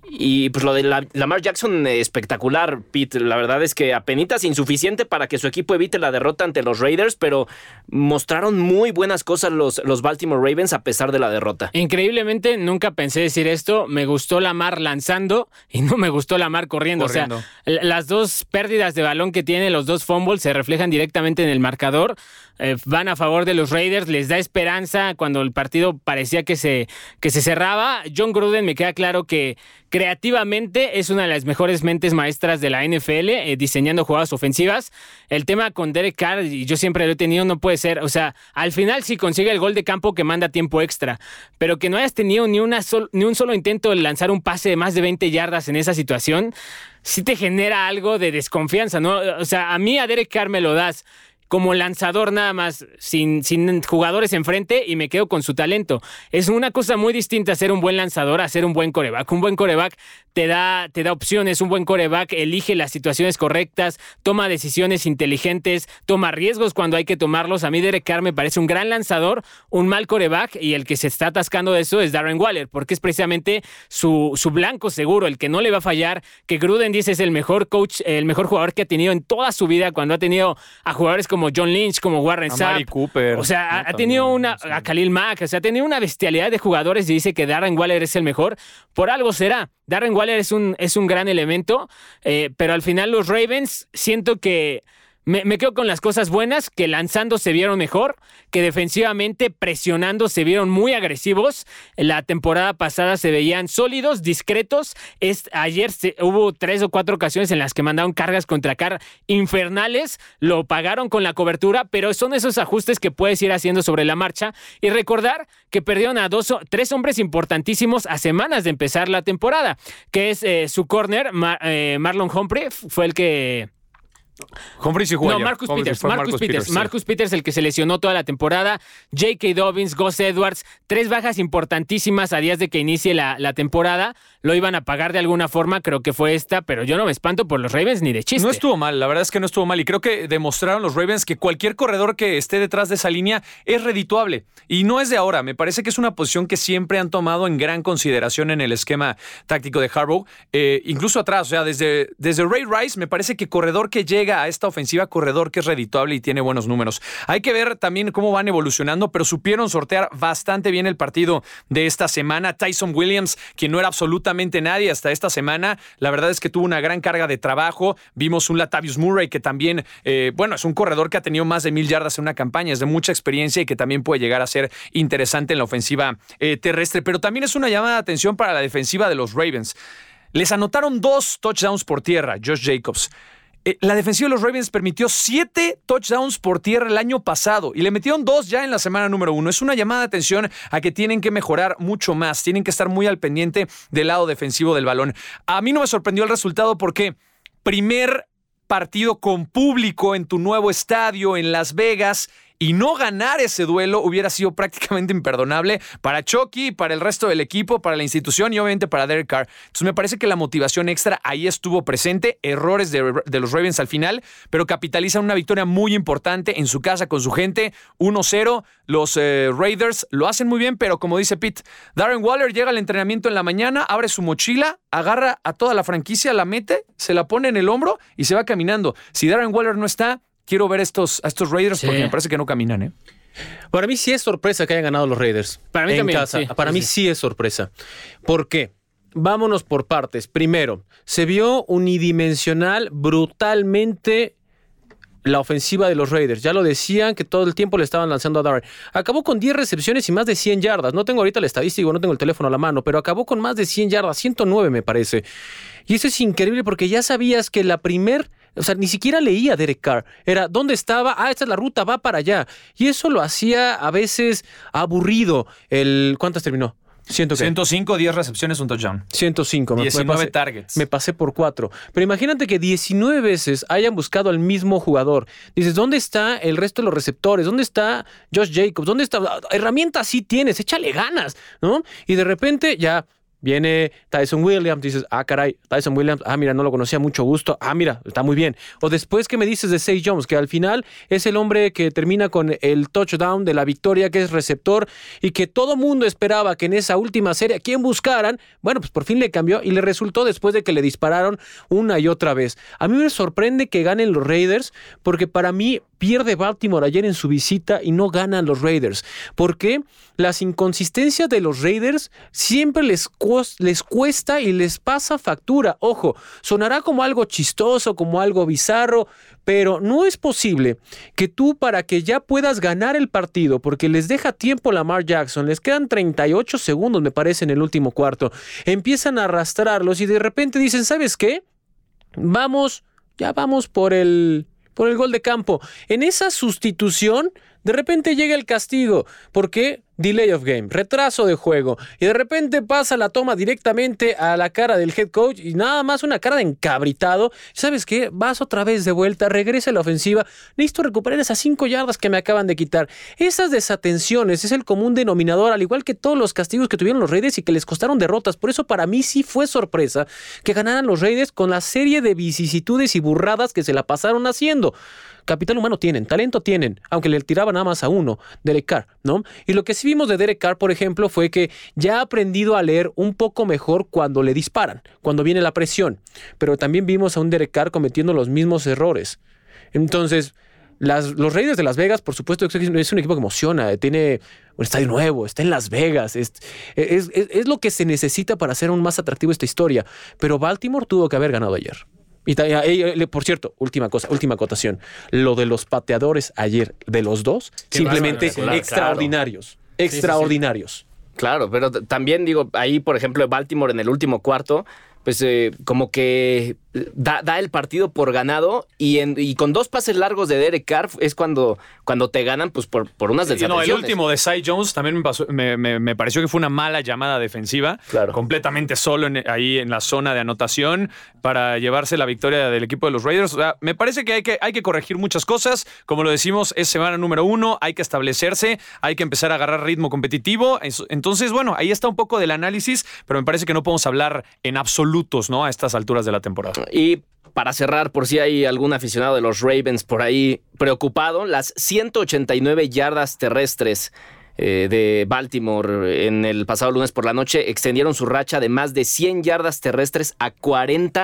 Y pues lo de la, Lamar Jackson, eh, espectacular, Pete. La verdad es que apenitas insuficiente para que su equipo evite la derrota ante los Raiders, pero mostraron muy buenas cosas los, los Baltimore Ravens a pesar de la derrota. Increíblemente, nunca pensé decir esto. Me gustó Lamar lanzando y no me gustó Lamar corriendo. Corriendo. O sea, l- las dos pérdidas de balón que tiene, los dos fumbles, se reflejan directamente en el marcador. Eh, van a favor de los Raiders, les da esperanza cuando el partido parecía que se, que se cerraba. John Gruden, me queda claro que creativamente es una de las mejores mentes maestras de la N F L, eh, diseñando jugadas ofensivas. El tema con Derek Carr, y yo siempre lo he tenido, no puede ser. O sea, al final sí consigue el gol de campo que manda tiempo extra, pero que no hayas tenido ni, una sol- ni un solo intento de lanzar un pase de más de veinte yardas en esa situación, sí te genera algo de desconfianza, ¿no? O sea, a mí a Derek Carr me lo das como lanzador nada más, sin, sin jugadores enfrente, y me quedo con su talento. Es una cosa muy distinta ser un buen lanzador a ser un buen quarterback. Un buen quarterback te da, te da opciones, un buen quarterback elige las situaciones correctas, toma decisiones inteligentes, toma riesgos cuando hay que tomarlos. A mí Derek Carr me parece un gran lanzador, un mal quarterback, y el que se está atascando de eso es Darren Waller, porque es precisamente su, su blanco seguro, el que no le va a fallar, que Gruden dice es el mejor coach, el mejor jugador que ha tenido en toda su vida, cuando ha tenido a jugadores como John Lynch, como Warren A Sapp. Mari Cooper. O sea, ha, No, ha tenido también, una, sí. a Khalil Mack, o sea, ha tenido una bestialidad de jugadores y dice que Darren Waller es el mejor. Por algo será. Darren Waller es un, es un gran elemento, eh, pero al final los Ravens siento que me, me quedo con las cosas buenas, que lanzando se vieron mejor, que defensivamente presionando se vieron muy agresivos. La temporada pasada se veían sólidos, discretos. Es, ayer se, hubo tres o cuatro ocasiones en las que mandaron cargas contra Carr infernales, lo pagaron con la cobertura, pero son esos ajustes que puedes ir haciendo sobre la marcha. Y recordar que perdieron a dos, tres hombres importantísimos a semanas de empezar la temporada, que es eh, su corner, Mar, eh, Marlon Humphrey, fue el que... Humphrey sí jugó No, ayer. Marcus Humphrey Peters, fue Marcus, Peters, sí. Marcus Peters, el que se lesionó toda la temporada, J K. Dobbins, Gus Edwards, tres bajas importantísimas a días de que inicie la, la temporada, lo iban a pagar de alguna forma, creo que fue esta, pero yo no me espanto por los Ravens ni de chiste. No estuvo mal, la verdad es que no estuvo mal y creo que demostraron los Ravens que cualquier corredor que esté detrás de esa línea es redituable y no es de ahora, me parece que es una posición que siempre han tomado en gran consideración en el esquema táctico de Harbaugh, eh, incluso atrás, o sea, desde, desde Ray Rice me parece que corredor que llega a esta ofensiva corredor que es redituable y tiene buenos números. Hay que ver también cómo van evolucionando, pero supieron sortear bastante bien el partido de esta semana. Tyson Williams, quien no era absolutamente nadie hasta esta semana, la verdad es que tuvo una gran carga de trabajo. Vimos un Latavius Murray que también, eh, bueno, es un corredor que ha tenido más de mil yardas en una campaña, es de mucha experiencia y que también puede llegar a ser interesante en la ofensiva eh, terrestre, pero también es una llamada de atención para la defensiva de los Ravens. Les anotaron dos touchdowns por tierra, Josh Jacobs. Eh, la defensiva de los Ravens permitió siete touchdowns por tierra el año pasado y le metieron dos ya en la semana número uno. Es una llamada de atención a que tienen que mejorar mucho más, tienen que estar muy al pendiente del lado defensivo del balón. A mí no me sorprendió el resultado porque primer partido con público en tu nuevo estadio en Las Vegas y no ganar ese duelo hubiera sido prácticamente imperdonable para Chucky, para el resto del equipo, para la institución y obviamente para Derek Carr. Entonces me parece que la motivación extra ahí estuvo presente, errores de, de los Ravens al final, pero capitalizan una victoria muy importante en su casa con su gente, uno cero. Los eh, Raiders lo hacen muy bien, pero como dice Pete, Darren Waller llega al entrenamiento en la mañana, abre su mochila, agarra a toda la franquicia, la mete, se la pone en el hombro y se va caminando. Si Darren Waller no está, quiero ver estos, a estos Raiders sí. porque me parece que no caminan, ¿eh? Para mí sí es sorpresa que hayan ganado los Raiders. Para mí en también. Casa. Sí. Para sí. mí sí es sorpresa. ¿Por qué? Vámonos por partes. Primero, se vio unidimensional brutalmente la ofensiva de los Raiders. Ya lo decían que todo el tiempo le estaban lanzando a Darren. Acabó con diez recepciones y más de cien yardas. No tengo ahorita la estadística, no tengo el teléfono a la mano, pero acabó con más de cien yardas, ciento nueve me parece. Y eso es increíble porque ya sabías que la primer... O sea, ni siquiera leía Derek Carr. Era, ¿dónde estaba? Ah, esta es la ruta, va para allá. Y eso lo hacía a veces aburrido. El, ¿Cuántas terminó? ciento cinco, diez recepciones, un touchdown. ciento cinco. diecinueve me pasé, targets. Me pasé por cuatro. Pero imagínate que diecinueve veces hayan buscado al mismo jugador. Dices, ¿dónde está el resto de los receptores? ¿Dónde está Josh Jacobs? ¿Dónde está? Herramientas sí tienes, échale ganas, ¿no? Y de repente ya... Viene Tyson Williams, dices, ah, caray, Tyson Williams, ah, mira, no lo conocía, mucho gusto, ah, mira, está muy bien. O después, ¿qué me dices de Zay Jones? Que al final es el hombre que termina con el touchdown de la victoria, que es receptor, y que todo mundo esperaba que en esa última serie, ¿a quién buscaran? Bueno, pues por fin le cambió y le resultó después de que le dispararon una y otra vez. A mí me sorprende que ganen los Raiders, porque para mí pierde Baltimore ayer en su visita y no ganan los Raiders. ¿Por qué? Las inconsistencias de los Raiders siempre les, cu- les cuesta y les pasa factura. Ojo, sonará como algo chistoso, como algo bizarro, pero no es posible que tú, para que ya puedas ganar el partido, porque les deja tiempo Lamar Jackson, les quedan treinta y ocho segundos me parece en el último cuarto, empiezan a arrastrarlos y de repente dicen, ¿sabes qué? Vamos, ya vamos por el... por el gol de campo. En esa sustitución, de repente llega el castigo. ¿Por qué? Delay of game, retraso de juego. Y de repente pasa la toma directamente a la cara del head coach y nada más una cara de encabritado. ¿Sabes qué? Vas otra vez de vuelta, regresa a la ofensiva. Necesito recuperar esas cinco yardas que me acaban de quitar. Esas desatenciones es el común denominador, al igual que todos los castigos que tuvieron los Raiders y que les costaron derrotas. Por eso para mí sí fue sorpresa que ganaran los Raiders con la serie de vicisitudes y burradas que se la pasaron haciendo. Capital humano tienen, talento tienen, aunque le tiraban nada más a uno, Derek Carr, ¿no? Y lo que sí vimos de Derek Carr, por ejemplo, fue que ya ha aprendido a leer un poco mejor cuando le disparan, cuando viene la presión. Pero también vimos a un Derek Carr cometiendo los mismos errores. Entonces, las, los Raiders de Las Vegas, por supuesto, es un equipo que emociona, tiene un estadio nuevo, está en Las Vegas, es, es, es, es lo que se necesita para hacer aún más atractivo esta historia. Pero Baltimore tuvo que haber ganado ayer. Y, y, por cierto, última cosa, última acotación. Lo de los pateadores ayer, de los dos, Qué simplemente bárbaro, extraordinarios. Claro. Extraordinarios. Sí, sí, sí. Claro, pero t- también digo, ahí, por ejemplo, Baltimore en el último cuarto, pues eh, como que da, da el partido por ganado y, en, y con dos pases largos de Derek Carr es cuando, cuando te ganan pues por, por unas desatenciones. No, el último de Zay Jones también me, pasó, me, me, me pareció que fue una mala llamada defensiva, claro. completamente solo en, ahí en la zona de anotación para llevarse la victoria del equipo de los Raiders. O sea, me parece que hay, que hay que corregir muchas cosas. Como lo decimos, es semana número uno, hay que establecerse, hay que empezar a agarrar ritmo competitivo. Entonces, bueno, ahí está un poco del análisis, pero me parece que no podemos hablar en absolutos, ¿no? A estas alturas de la temporada. Y para cerrar, por si hay algún aficionado de los Ravens por ahí preocupado, las ciento ochenta y nueve yardas terrestres eh, de Baltimore en el pasado lunes por la noche extendieron su racha de más de cien yardas terrestres a cuarenta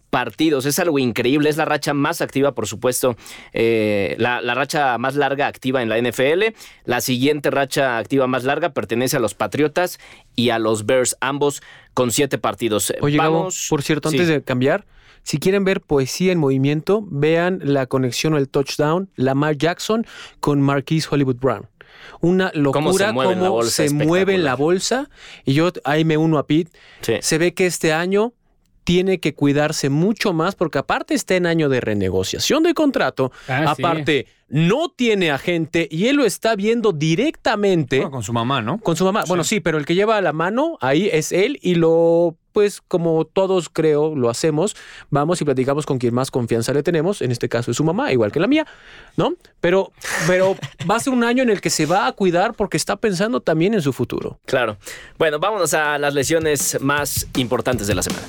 partidos. Es algo increíble. Es la racha más activa, por supuesto. Eh, la, la racha más larga activa en la N F L. La siguiente racha activa más larga pertenece a los Patriotas y a los Bears, ambos con siete partidos. Oye, Vamos, Gabo, por cierto, antes sí. de cambiar, si quieren ver poesía en movimiento, vean la conexión o el touchdown, Lamar Jackson con Marquise Hollywood Brown. Una locura Cómo se mueve en la cómo bolsa, se mueve en la espectacular. bolsa. Y yo ahí me uno a Pete. Sí. Se ve que este año tiene que cuidarse mucho más porque aparte está en año de renegociación de contrato. Ah, sí. aparte, no tiene agente y él lo está viendo directamente Bueno, con su mamá, ¿no? con su mamá. Bueno, sí, pero el que lleva la mano ahí es él y lo, pues como todos creo lo hacemos, vamos y platicamos con quien más confianza le tenemos, en este caso es su mamá, igual que la mía, ¿no? Pero, pero va a ser un año en el que se va a cuidar porque está pensando también en su futuro. Claro. Bueno, vámonos a las lesiones más importantes de la semana.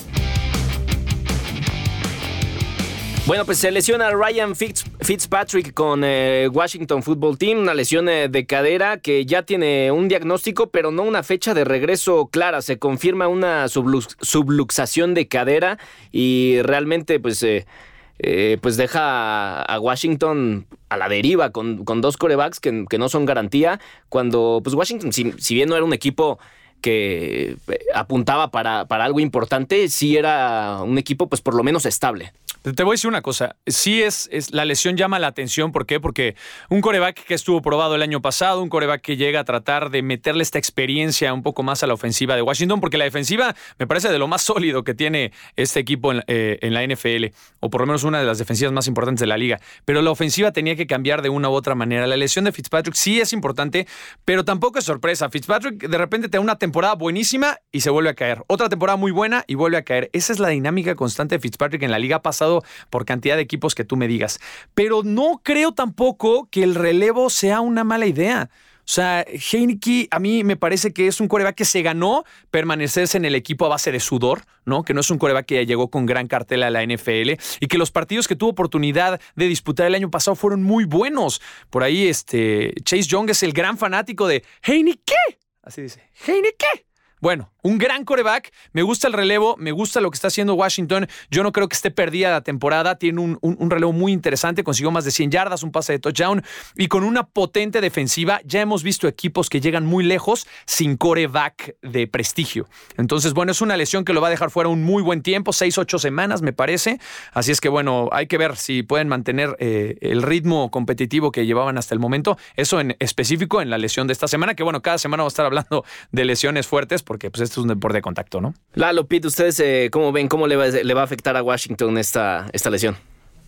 Bueno, pues se lesiona Ryan Fitz, Fitzpatrick con eh, Washington Football Team, una lesión eh, de cadera que ya tiene un diagnóstico, pero no una fecha de regreso clara. Se confirma una sublux, subluxación de cadera y realmente pues, eh, eh, pues deja a Washington a la deriva con, con dos quarterbacks que, que no son garantía, cuando pues Washington, si, si bien no era un equipo que apuntaba para, para algo importante, sí era un equipo pues por lo menos estable. Te voy a decir una cosa, sí es, es la lesión llama la atención, ¿por qué? Porque un quarterback que estuvo probado el año pasado, un quarterback que llega a tratar de meterle esta experiencia un poco más a la ofensiva de Washington, porque la defensiva me parece de lo más sólido que tiene este equipo en, eh, en la N F L, o por lo menos una de las defensivas más importantes de la liga, pero la ofensiva tenía que cambiar de una u otra manera. La lesión de Fitzpatrick sí es importante, pero tampoco es sorpresa. Fitzpatrick de repente te da una temporada buenísima y se vuelve a caer, otra temporada muy buena y vuelve a caer. Esa es la dinámica constante de Fitzpatrick en la liga. Ha pasado por cantidad de equipos que tú me digas. Pero no creo tampoco que el relevo sea una mala idea. O sea, Heinicke a mí me parece que es un quarterback que se ganó permanecerse en el equipo a base de sudor, ¿no? Que no es un quarterback que llegó con gran cartel a la N F L y que los partidos que tuvo oportunidad de disputar el año pasado fueron muy buenos. Por ahí, este, Chase Young es el gran fanático de Heinicke. Así dice, Heinicke. Bueno, un gran quarterback, me gusta el relevo, me gusta lo que está haciendo Washington, yo no creo que esté perdida la temporada, tiene un, un, un relevo muy interesante, consiguió más de cien yardas, un pase de touchdown y con una potente defensiva. Ya hemos visto equipos que llegan muy lejos sin quarterback de prestigio. Entonces, bueno, es una lesión que lo va a dejar fuera un muy buen tiempo, seis, ocho semanas me parece, así es que bueno, hay que ver si pueden mantener eh, el ritmo competitivo que llevaban hasta el momento, eso en específico en la lesión de esta semana, que bueno, cada semana vamos a estar hablando de lesiones fuertes, porque pues esto es un deporte de contacto, ¿no? Lalo, Pete, ¿ustedes eh, cómo ven, cómo le va, le va a afectar a Washington esta, esta lesión?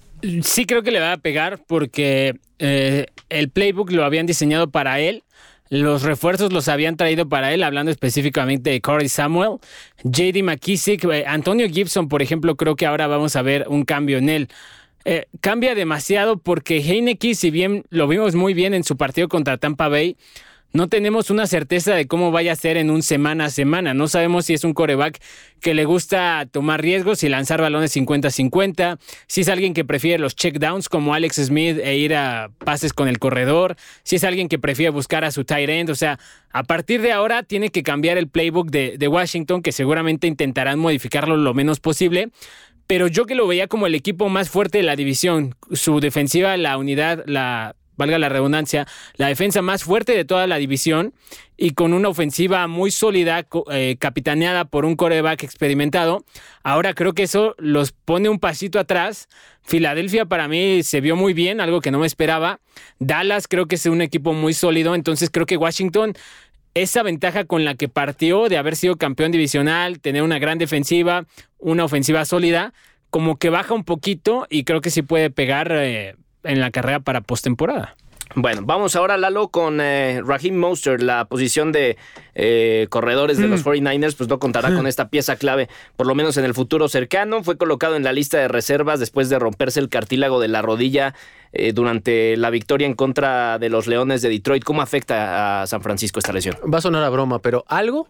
Sí creo que le va a pegar porque eh, el playbook lo habían diseñado para él. Los refuerzos los habían traído para él, hablando específicamente de Corey Samuel, J D McKissick, eh, Antonio Gibson, por ejemplo, creo que ahora vamos a ver un cambio en él. Eh, cambia demasiado porque Heinicke, si bien lo vimos muy bien en su partido contra Tampa Bay, no tenemos una certeza de cómo vaya a ser en un semana a semana. No sabemos si es un quarterback que le gusta tomar riesgos y lanzar balones cincuenta cincuenta, si es alguien que prefiere los checkdowns como Alex Smith e ir a pases con el corredor, si es alguien que prefiere buscar a su tight end. O sea, a partir de ahora tiene que cambiar el playbook de, de Washington, que seguramente intentarán modificarlo lo menos posible. Pero yo que lo veía como el equipo más fuerte de la división, su defensiva, la unidad, la... valga la redundancia, la defensa más fuerte de toda la división y con una ofensiva muy sólida, eh, capitaneada por un quarterback experimentado. Ahora creo que eso los pone un pasito atrás. Filadelfia para mí se vio muy bien, algo que no me esperaba. Dallas creo que es un equipo muy sólido, entonces creo que Washington, esa ventaja con la que partió de haber sido campeón divisional, tener una gran defensiva, una ofensiva sólida, como que baja un poquito y creo que sí puede pegar eh, en la carrera para postemporada. Bueno, vamos ahora, Lalo, con eh, Raheem Mostert. La posición de eh, corredores de mm. los cuarenta y nueve ers pues no contará con esta pieza clave, por lo menos en el futuro cercano. Fue colocado en la lista de reservas después de romperse el cartílago de la rodilla eh, durante la victoria en contra de los Leones de Detroit. ¿Cómo afecta a San Francisco esta lesión? Va a sonar a broma, pero algo,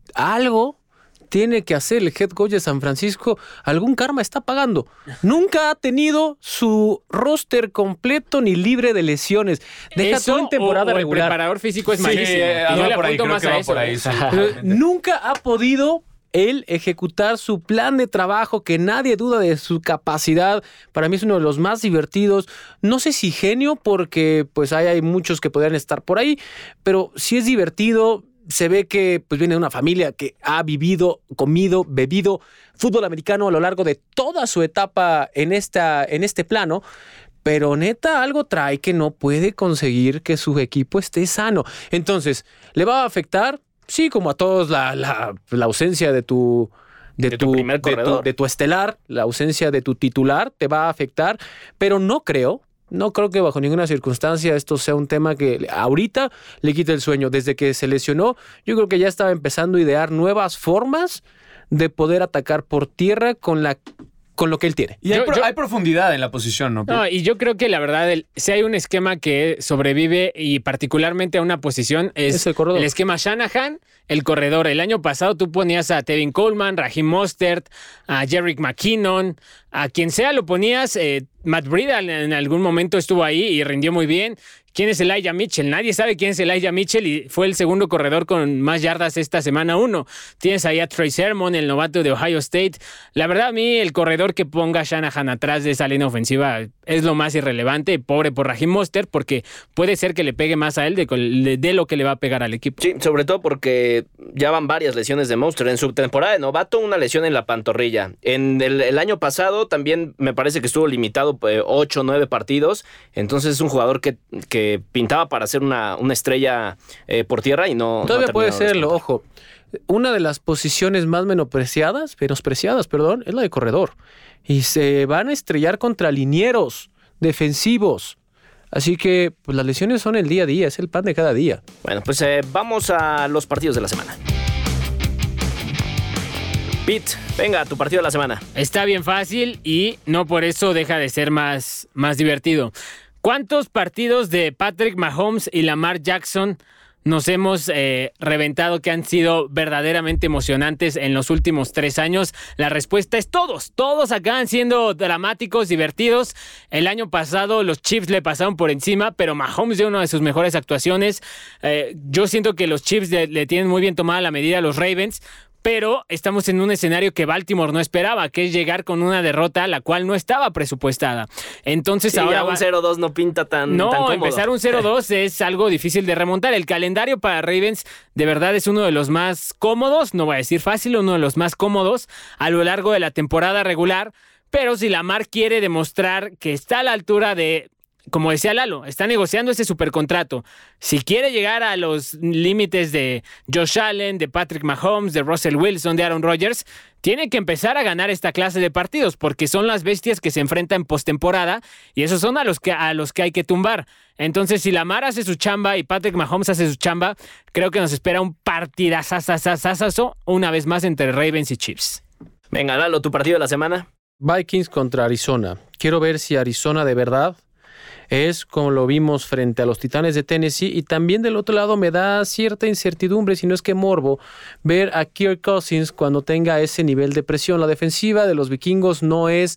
algo tiene que hacer el head coach de San Francisco. Algún karma está pagando. Nunca ha tenido su roster completo ni libre de lesiones. Deja eso, todo en temporada o, o regular. El preparador físico es Sí, malísimo. eh, y yo va le por ahí, apunto creo más que a va eso. por ahí, sí. Pero nunca ha podido él ejecutar su plan de trabajo, que nadie duda de su capacidad. Para mí es uno de los más divertidos. No sé si genio, porque pues hay, hay muchos que podrían estar por ahí, pero sí es divertido. Se ve que pues, viene de una familia que ha vivido, comido, bebido fútbol americano a lo largo de toda su etapa en, esta, en este plano. Pero neta, algo trae que no puede conseguir que su equipo esté sano. Entonces, ¿le va a afectar? Sí, como a todos, la, la, la ausencia de tu... De, De tu, tu primer de, tu, corredor. de tu estelar, la ausencia de tu titular te va a afectar, pero no creo, no creo que bajo ninguna circunstancia esto sea un tema que ahorita le quite el sueño. Desde que se lesionó, yo creo que ya estaba empezando a idear nuevas formas de poder atacar por tierra con la con lo que él tiene. Y hay, Yo- pro- yo- hay profundidad en la posición, ¿no? No, y yo creo que la verdad, el- si hay un esquema que sobrevive y particularmente a una posición es, Es el corredor. esquema Shanahan, el corredor. El año pasado tú ponías a Tevin Coleman, Raheem Mostert, a Jerick McKinnon, a quien sea lo ponías. eh, Matt Breida en, en algún momento estuvo ahí y rindió muy bien. ¿Quién es Elijah Mitchell? Nadie sabe quién es Elijah Mitchell y fue el segundo corredor con más yardas esta semana uno. Tienes ahí a Trey Sermon, el novato de Ohio State. La verdad, a mí el corredor que ponga Shanahan atrás de esa línea ofensiva es lo más irrelevante. Pobre por Raheem Mostert, porque puede ser que le pegue más a él de, de, de lo que le va a pegar al equipo. Sí, sobre todo porque ya van varias lesiones de Monster. En su temporada de novato, una lesión en la pantorrilla. En el, el año pasado también me parece que estuvo limitado eh, ocho o nueve partidos. Entonces es un jugador que, que pintaba para ser una, una estrella eh, por tierra y no... Todavía no puede terminó de serlo, despuntar. ojo. Una de las posiciones más menospreciadas, menospreciadas, perdón, es la de corredor. Y se van a estrellar contra linieros defensivos. Así que pues, las lesiones son el día a día, es el pan de cada día. Bueno, pues eh, vamos a los partidos de la semana. Pete, venga, tu partido de la semana. Está bien fácil y no por eso deja de ser más, más divertido. ¿Cuántos partidos de Patrick Mahomes y Lamar Jackson nos hemos eh, reventado que han sido verdaderamente emocionantes en los últimos tres años? La respuesta es todos. Todos acaban siendo dramáticos, divertidos. El año pasado los Chiefs le pasaron por encima, pero Mahomes dio una de sus mejores actuaciones. Eh, yo siento que los Chiefs le, le tienen muy bien tomada la medida a los Ravens. Pero estamos en un escenario que Baltimore no esperaba, que es llegar con una derrota la cual no estaba presupuestada. Entonces Sí, ahora ya va- un cero dos no pinta tan, no, tan cómodo. empezar un cero dos es algo difícil de remontar. El calendario para Ravens de verdad es uno de los más cómodos, no voy a decir fácil, uno de los más cómodos a lo largo de la temporada regular. Pero si Lamar quiere demostrar que está a la altura de, como decía Lalo, está negociando ese supercontrato. Si quiere llegar a los límites de Josh Allen, de Patrick Mahomes, de Russell Wilson, de Aaron Rodgers, tiene que empezar a ganar esta clase de partidos porque son las bestias que se enfrentan en postemporada y esos son a los que, a los que hay que tumbar. Entonces, si Lamar hace su chamba y Patrick Mahomes hace su chamba, creo que nos espera un partidazazazazazo una vez más entre Ravens y Chiefs. Venga, Lalo, tu partido de la semana. Vikings contra Arizona. Quiero ver si Arizona de verdad es como lo vimos frente a los Titanes de Tennessee, y también del otro lado me da cierta incertidumbre, si no es que morbo, ver a Kirk Cousins cuando tenga ese nivel de presión. La defensiva de los vikingos no es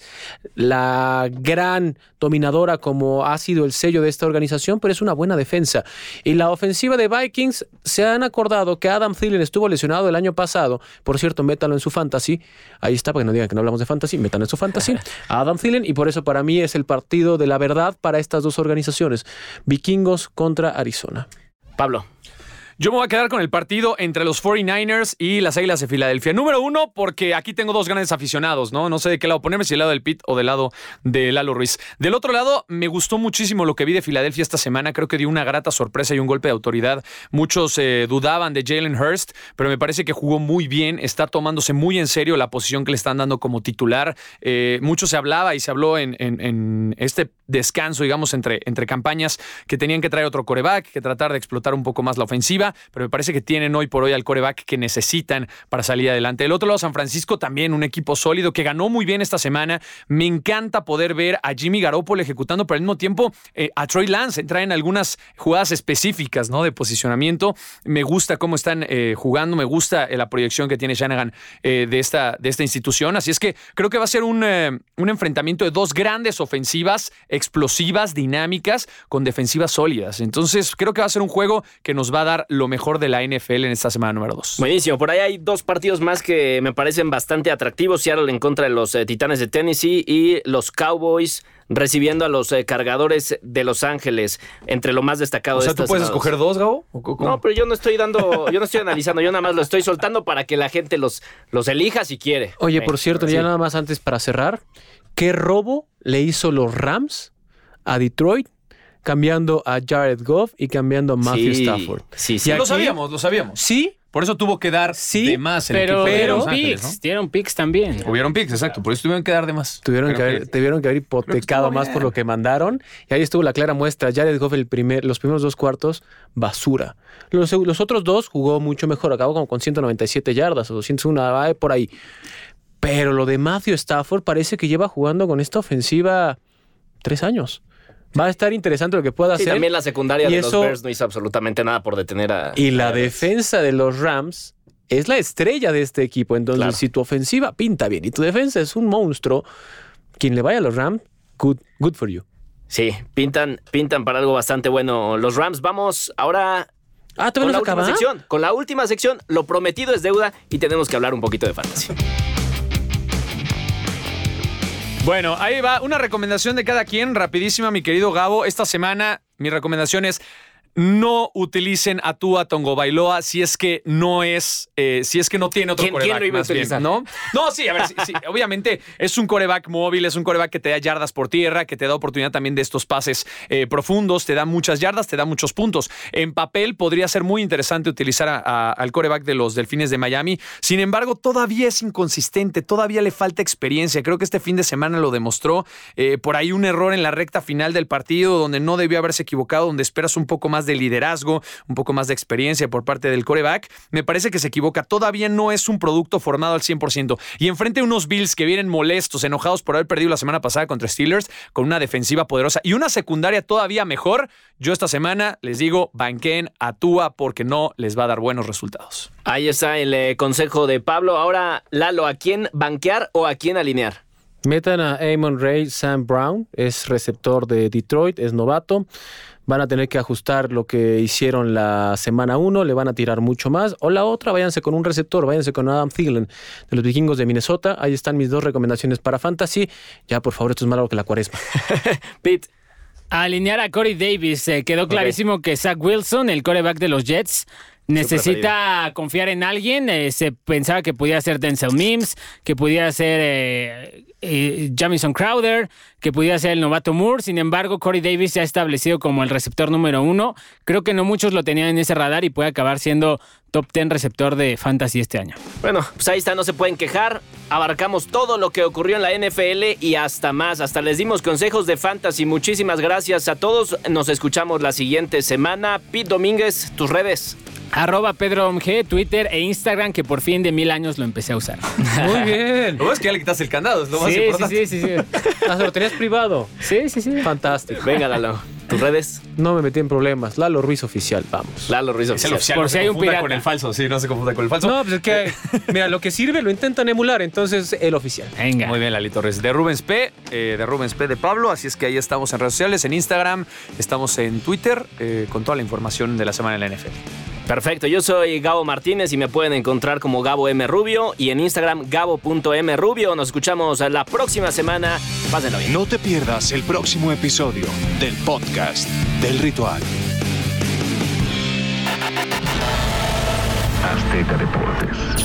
la gran dominadora como ha sido el sello de esta organización, pero es una buena defensa. Y la ofensiva de Vikings, se han acordado que Adam Thielen estuvo lesionado el año pasado. Por cierto, métanlo en su fantasy. Ahí está, para que no digan que no hablamos de fantasy, métanlo en su fantasy. A Adam Thielen, y por eso para mí es el partido de la verdad para estas dos organizaciones. Vikingos contra Arizona. Pablo. Yo me voy a quedar con el partido entre los cuarenta y nueve ers y las Águilas de Filadelfia. Número uno, porque aquí tengo dos grandes aficionados, ¿no? No sé de qué lado ponerme, si del lado del Pete o del lado de Lalo Ruiz. Del otro lado, me gustó muchísimo lo que vi de Filadelfia esta semana. Creo que dio una grata sorpresa y un golpe de autoridad. Muchos eh, dudaban de Jalen Hurst, pero me parece que jugó muy bien. Está tomándose muy en serio la posición que le están dando como titular. Eh, mucho se hablaba y se habló en, en, en este descanso, digamos, entre, entre campañas, que tenían que traer otro quarterback, que tratar de explotar un poco más la ofensiva, pero me parece que tienen hoy por hoy al quarterback que necesitan para salir adelante. Del otro lado, San Francisco, también un equipo sólido que ganó muy bien esta semana. Me encanta poder ver a Jimmy Garoppolo ejecutando, pero al mismo tiempo eh, a Trey Lance entrar en algunas jugadas específicas, ¿no?, de posicionamiento. Me gusta cómo están eh, jugando, me gusta eh, la proyección que tiene Shanahan eh, de, esta, de esta institución. Así es que creo que va a ser un, eh, un enfrentamiento de dos grandes ofensivas explosivas, dinámicas, con defensivas sólidas. Entonces creo que va a ser un juego que nos va a dar lo mejor de la N F L en esta semana número dos. Buenísimo. Por ahí hay dos partidos más que me parecen bastante atractivos. Seattle en contra de los eh, Titanes de Tennessee y los Cowboys recibiendo a los eh, Cargadores de Los Ángeles, entre lo más destacado O sea, de ¿tú estas puedes semanas. escoger dos, Gabo? ¿O cómo? No, pero yo no estoy dando, yo no estoy analizando, yo nada más lo estoy soltando para que la gente los, los elija si quiere. Oye, Eh, por cierto, sí. ya nada más antes para cerrar, ¿qué robo le hizo los Rams a Detroit cambiando a Jared Goff y cambiando a Matthew Sí, Stafford? sí, sí. Y Lo aquí- sabíamos, lo sabíamos. Sí, Por eso tuvo que dar Sí, de más el Pero equipo de dieron Los Ángeles, picks, ¿no? dieron picks también. Hubieron picks, exacto. Por eso tuvieron que dar de más. Tuvieron que, Creo haber, tuvieron que haber hipotecado estuvo más bien. por lo que mandaron. Y ahí estuvo la clara muestra. Jared Goff el primer, los primeros dos cuartos, basura. Los, los otros dos jugó mucho mejor. Acabó como con ciento noventa y siete yardas o doscientos uno, va por ahí. Pero lo de Matthew Stafford parece que lleva jugando con esta ofensiva tres años. Va a estar interesante lo que pueda Sí, hacer. también la secundaria Y de eso- los Bears no hizo absolutamente nada por detener a... Y la a- defensa de los Rams es la estrella de este equipo. Entonces, Claro. si tu ofensiva pinta bien y tu defensa es un monstruo, quien le vaya a los Rams, good, good for you. Sí, pintan, pintan para algo bastante bueno los Rams. Vamos ahora Ah, con ¿todavía la no se última acaba? sección. Con la última sección, lo prometido es deuda y tenemos que hablar un poquito de fantasy. Bueno, ahí va una recomendación de cada quien, rapidísima, mi querido Gabo. Esta semana mi recomendación es no utilicen a Tua Tagovailoa si es que no es, eh, si es que no tiene otro ¿Quién- quién quarterback lo iba a más bien, utilizar? ¿no? No, sí, a ver, sí, sí, obviamente es un quarterback móvil, es un quarterback que te da yardas por tierra, que te da oportunidad también de estos pases eh, profundos, te da muchas yardas, te da muchos puntos. En papel podría ser muy interesante utilizar a- a- al quarterback de los Delfines de Miami. Sin embargo, todavía es inconsistente, todavía le falta experiencia. Creo que este fin de semana lo demostró. Eh, por ahí un error en la recta final del partido donde no debió haberse equivocado, donde esperas un poco más de liderazgo, un poco más de experiencia por parte del quarterback. Me parece que se equivoca. Todavía no es un producto formado al cien por ciento. Y enfrente a unos Bills que vienen molestos, enojados por haber perdido la semana pasada contra Steelers, con una defensiva poderosa y una secundaria todavía mejor, yo esta semana les digo, banquen a Tua porque no les va a dar buenos resultados. Ahí está el eh, consejo de Pablo. Ahora, Lalo, ¿a quién banquear o a quién alinear? Metan a Amon Ray Sam Brown, es receptor de Detroit, es novato. Van a tener que ajustar lo que hicieron la semana uno, le van a tirar mucho más. O la otra, váyanse con un receptor, váyanse con Adam Thielen de los Vikingos de Minnesota. Ahí están mis dos recomendaciones para Fantasy. Ya, por favor, esto es más largo que la cuaresma. Pete. Alinear a Corey Davis. Eh, quedó clarísimo que Zach Wilson, el quarterback de los Jets, necesita confiar en alguien. Eh, se pensaba que podía ser Denzel Mims, que podía ser eh, eh, Jamison Crowder, que podía ser el novato Moore. Sin embargo, Corey Davis se ha establecido como el receptor número uno. Creo que no muchos lo tenían en ese radar y puede acabar siendo top diez receptor de Fantasy este año. Bueno, pues ahí está, no se pueden quejar. Abarcamos todo lo que ocurrió en la N F L y hasta más. Hasta les dimos consejos de fantasy. Muchísimas gracias a todos. Nos escuchamos la siguiente semana. Pete Domínguez, tus redes. Arroba Pedro M G, Twitter e Instagram, que por fin de mil años lo empecé a usar. Muy bien. Lo bueno es que ya le quitaste el candado, es lo más Sí, importante. sí, sí, sí, sí. Ah, ¿lo tenías privado? Sí, sí, sí. Fantástico. Venga, Lalo. Tus redes. No me metí en problemas. Lalo Ruiz Oficial, vamos. Lalo Ruiz Es el Oficial. oficial, Por no si se hay un confunda pirata. con el falso, sí, no se confunda con el falso. No, pues es que, mira, lo que sirve lo intentan emular, entonces el oficial. Venga. Muy bien, Lali Torres. De Rubens P, eh, de Rubens P de Pablo. Así es que ahí estamos en redes sociales, en Instagram, estamos en Twitter, eh, con toda la información de la semana en la N F L. Perfecto, yo soy Gabo Martínez y me pueden encontrar como Gabo M. Rubio y en Instagram gabo punto m rubio. Nos escuchamos la próxima semana. Pásenlo bien. No te pierdas el próximo episodio del podcast del Ritual. Azteca Deportes.